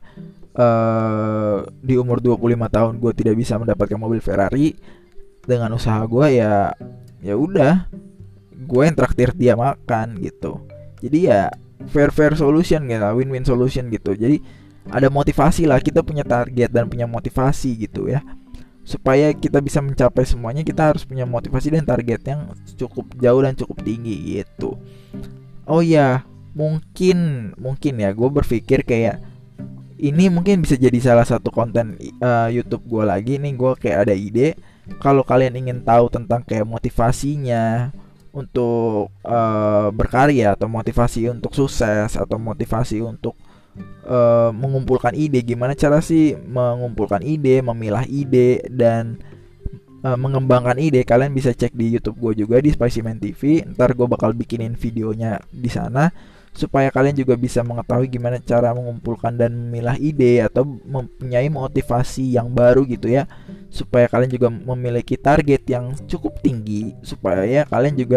di umur 25 tahun gue tidak bisa mendapatkan mobil Ferrari, dengan usaha gue ya udah gue yang traktir dia makan gitu. Jadi ya fair solution gitu, win-win solution gitu. Jadi ada motivasi lah, kita punya target dan punya motivasi gitu ya. Supaya kita bisa mencapai semuanya, kita harus punya motivasi dan target yang cukup jauh dan cukup tinggi gitu. Oh ya, mungkin ya gue berpikir kayak ini mungkin bisa jadi salah satu konten YouTube gue lagi nih. Gue kayak ada ide, kalau kalian ingin tahu tentang kayak motivasinya untuk berkarya, atau motivasi untuk sukses, atau motivasi untuk mengumpulkan ide, gimana cara sih mengumpulkan ide, memilah ide, dan mengembangkan ide, kalian bisa cek di YouTube gue juga di Spicyman TV. Ntar gue bakal bikinin videonya di sana supaya kalian juga bisa mengetahui gimana cara mengumpulkan dan memilah ide atau mempunyai motivasi yang baru gitu ya, supaya kalian juga memiliki target yang cukup tinggi, supaya kalian juga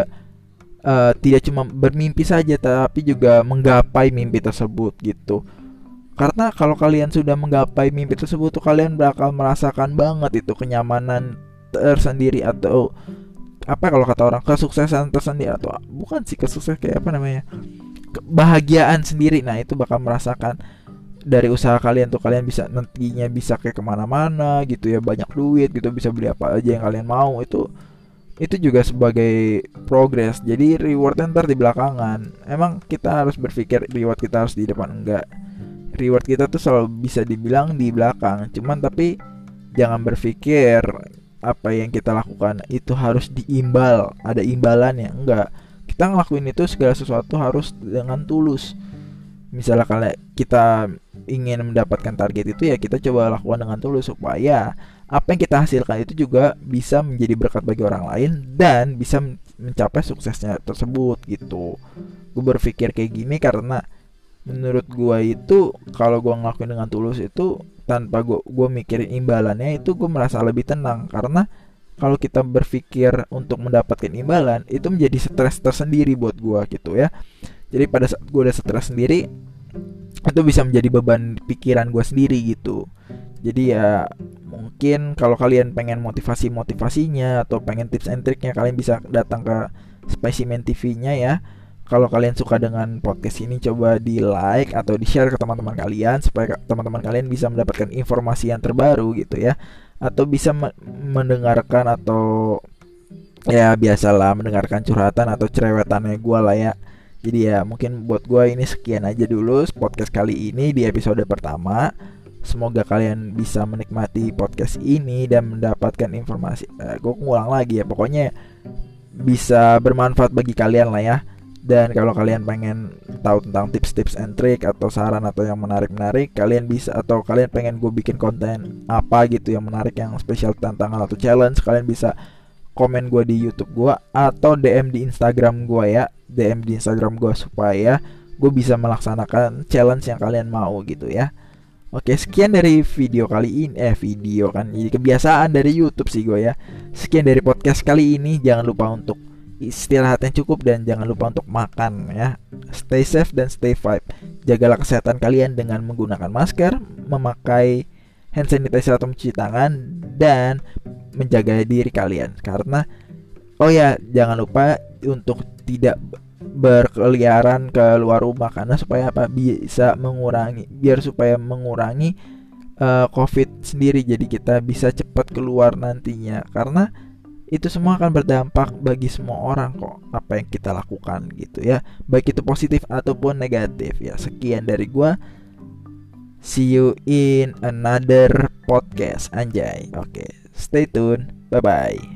tidak cuma bermimpi saja tapi juga menggapai mimpi tersebut gitu. Karena kalau kalian sudah menggapai mimpi tersebut tuh kalian bakal merasakan banget itu kenyamanan tersendiri, atau apa kalau kata orang kesuksesan tersendiri, atau bukan sih kesuksesan, kayak apa namanya, kebahagiaan sendiri. Nah itu bakal merasakan dari usaha kalian tuh, kalian bisa nantinya bisa kayak kemana-mana gitu ya, banyak duit gitu, bisa beli apa aja yang kalian mau. Itu juga sebagai progress. Jadi reward ntar di belakangan. Emang kita harus berpikir reward kita harus di depan, enggak, reward kita tuh selalu bisa dibilang di belakang. Cuman tapi jangan berpikir apa yang kita lakukan itu harus diimbal, ada imbalannya, enggak. Kita ngelakuin itu segala sesuatu harus dengan tulus. Misalnya kalau kita ingin mendapatkan target itu ya kita coba lakukan dengan tulus, supaya apa yang kita hasilkan itu juga bisa menjadi berkat bagi orang lain dan bisa mencapai suksesnya tersebut gitu. Gue berpikir kayak gini karena menurut gue itu kalau gue ngelakuin dengan tulus itu tanpa gue mikirin imbalannya, itu gue merasa lebih tenang. Karena kalau kita berpikir untuk mendapatkan imbalan itu menjadi stres tersendiri buat gue gitu ya. Jadi pada saat gue udah stres sendiri itu bisa menjadi beban pikiran gue sendiri gitu. Jadi ya mungkin kalau kalian pengen motivasinya atau pengen tips and triknya, kalian bisa datang ke Spicyman TV-nya ya. Kalau kalian suka dengan podcast ini, coba di like atau di share ke teman-teman kalian supaya teman-teman kalian bisa mendapatkan informasi yang terbaru gitu ya. Atau bisa mendengarkan atau ya biasalah mendengarkan curhatan atau cerewetannya gue lah ya. Jadi ya mungkin buat gue ini sekian aja dulu podcast kali ini di episode pertama. Semoga kalian bisa menikmati podcast ini dan mendapatkan informasi. Gue ngulang lagi ya, pokoknya bisa bermanfaat bagi kalian lah ya. Dan kalau kalian pengen tahu tentang tips-tips and trick atau saran atau yang menarik-menarik, kalian bisa, atau kalian pengen gue bikin konten apa gitu yang menarik, yang spesial tantangan atau challenge, kalian bisa komen gue di YouTube gue atau DM di Instagram gue ya, DM di Instagram gue supaya gue bisa melaksanakan challenge yang kalian mau gitu ya. Oke, sekian dari video kali ini. Video kan jadi kebiasaan dari YouTube sih gue ya. Sekian dari podcast kali ini. Jangan lupa untuk istirahat yang cukup dan jangan lupa untuk makan ya. Stay safe dan stay vibe. Jagalah kesehatan kalian dengan menggunakan masker, memakai hand sanitizer atau mencuci tangan, dan menjaga diri kalian. Karena oh ya, jangan lupa untuk tidak berkeliaran ke luar rumah, karena supaya apa, supaya mengurangi COVID sendiri. Jadi kita bisa cepat keluar nantinya, karena itu semua akan berdampak bagi semua orang kok apa yang kita lakukan gitu ya, baik itu positif ataupun negatif ya. Sekian dari gua, see you in another podcast anjay. Oke, stay tune, bye bye.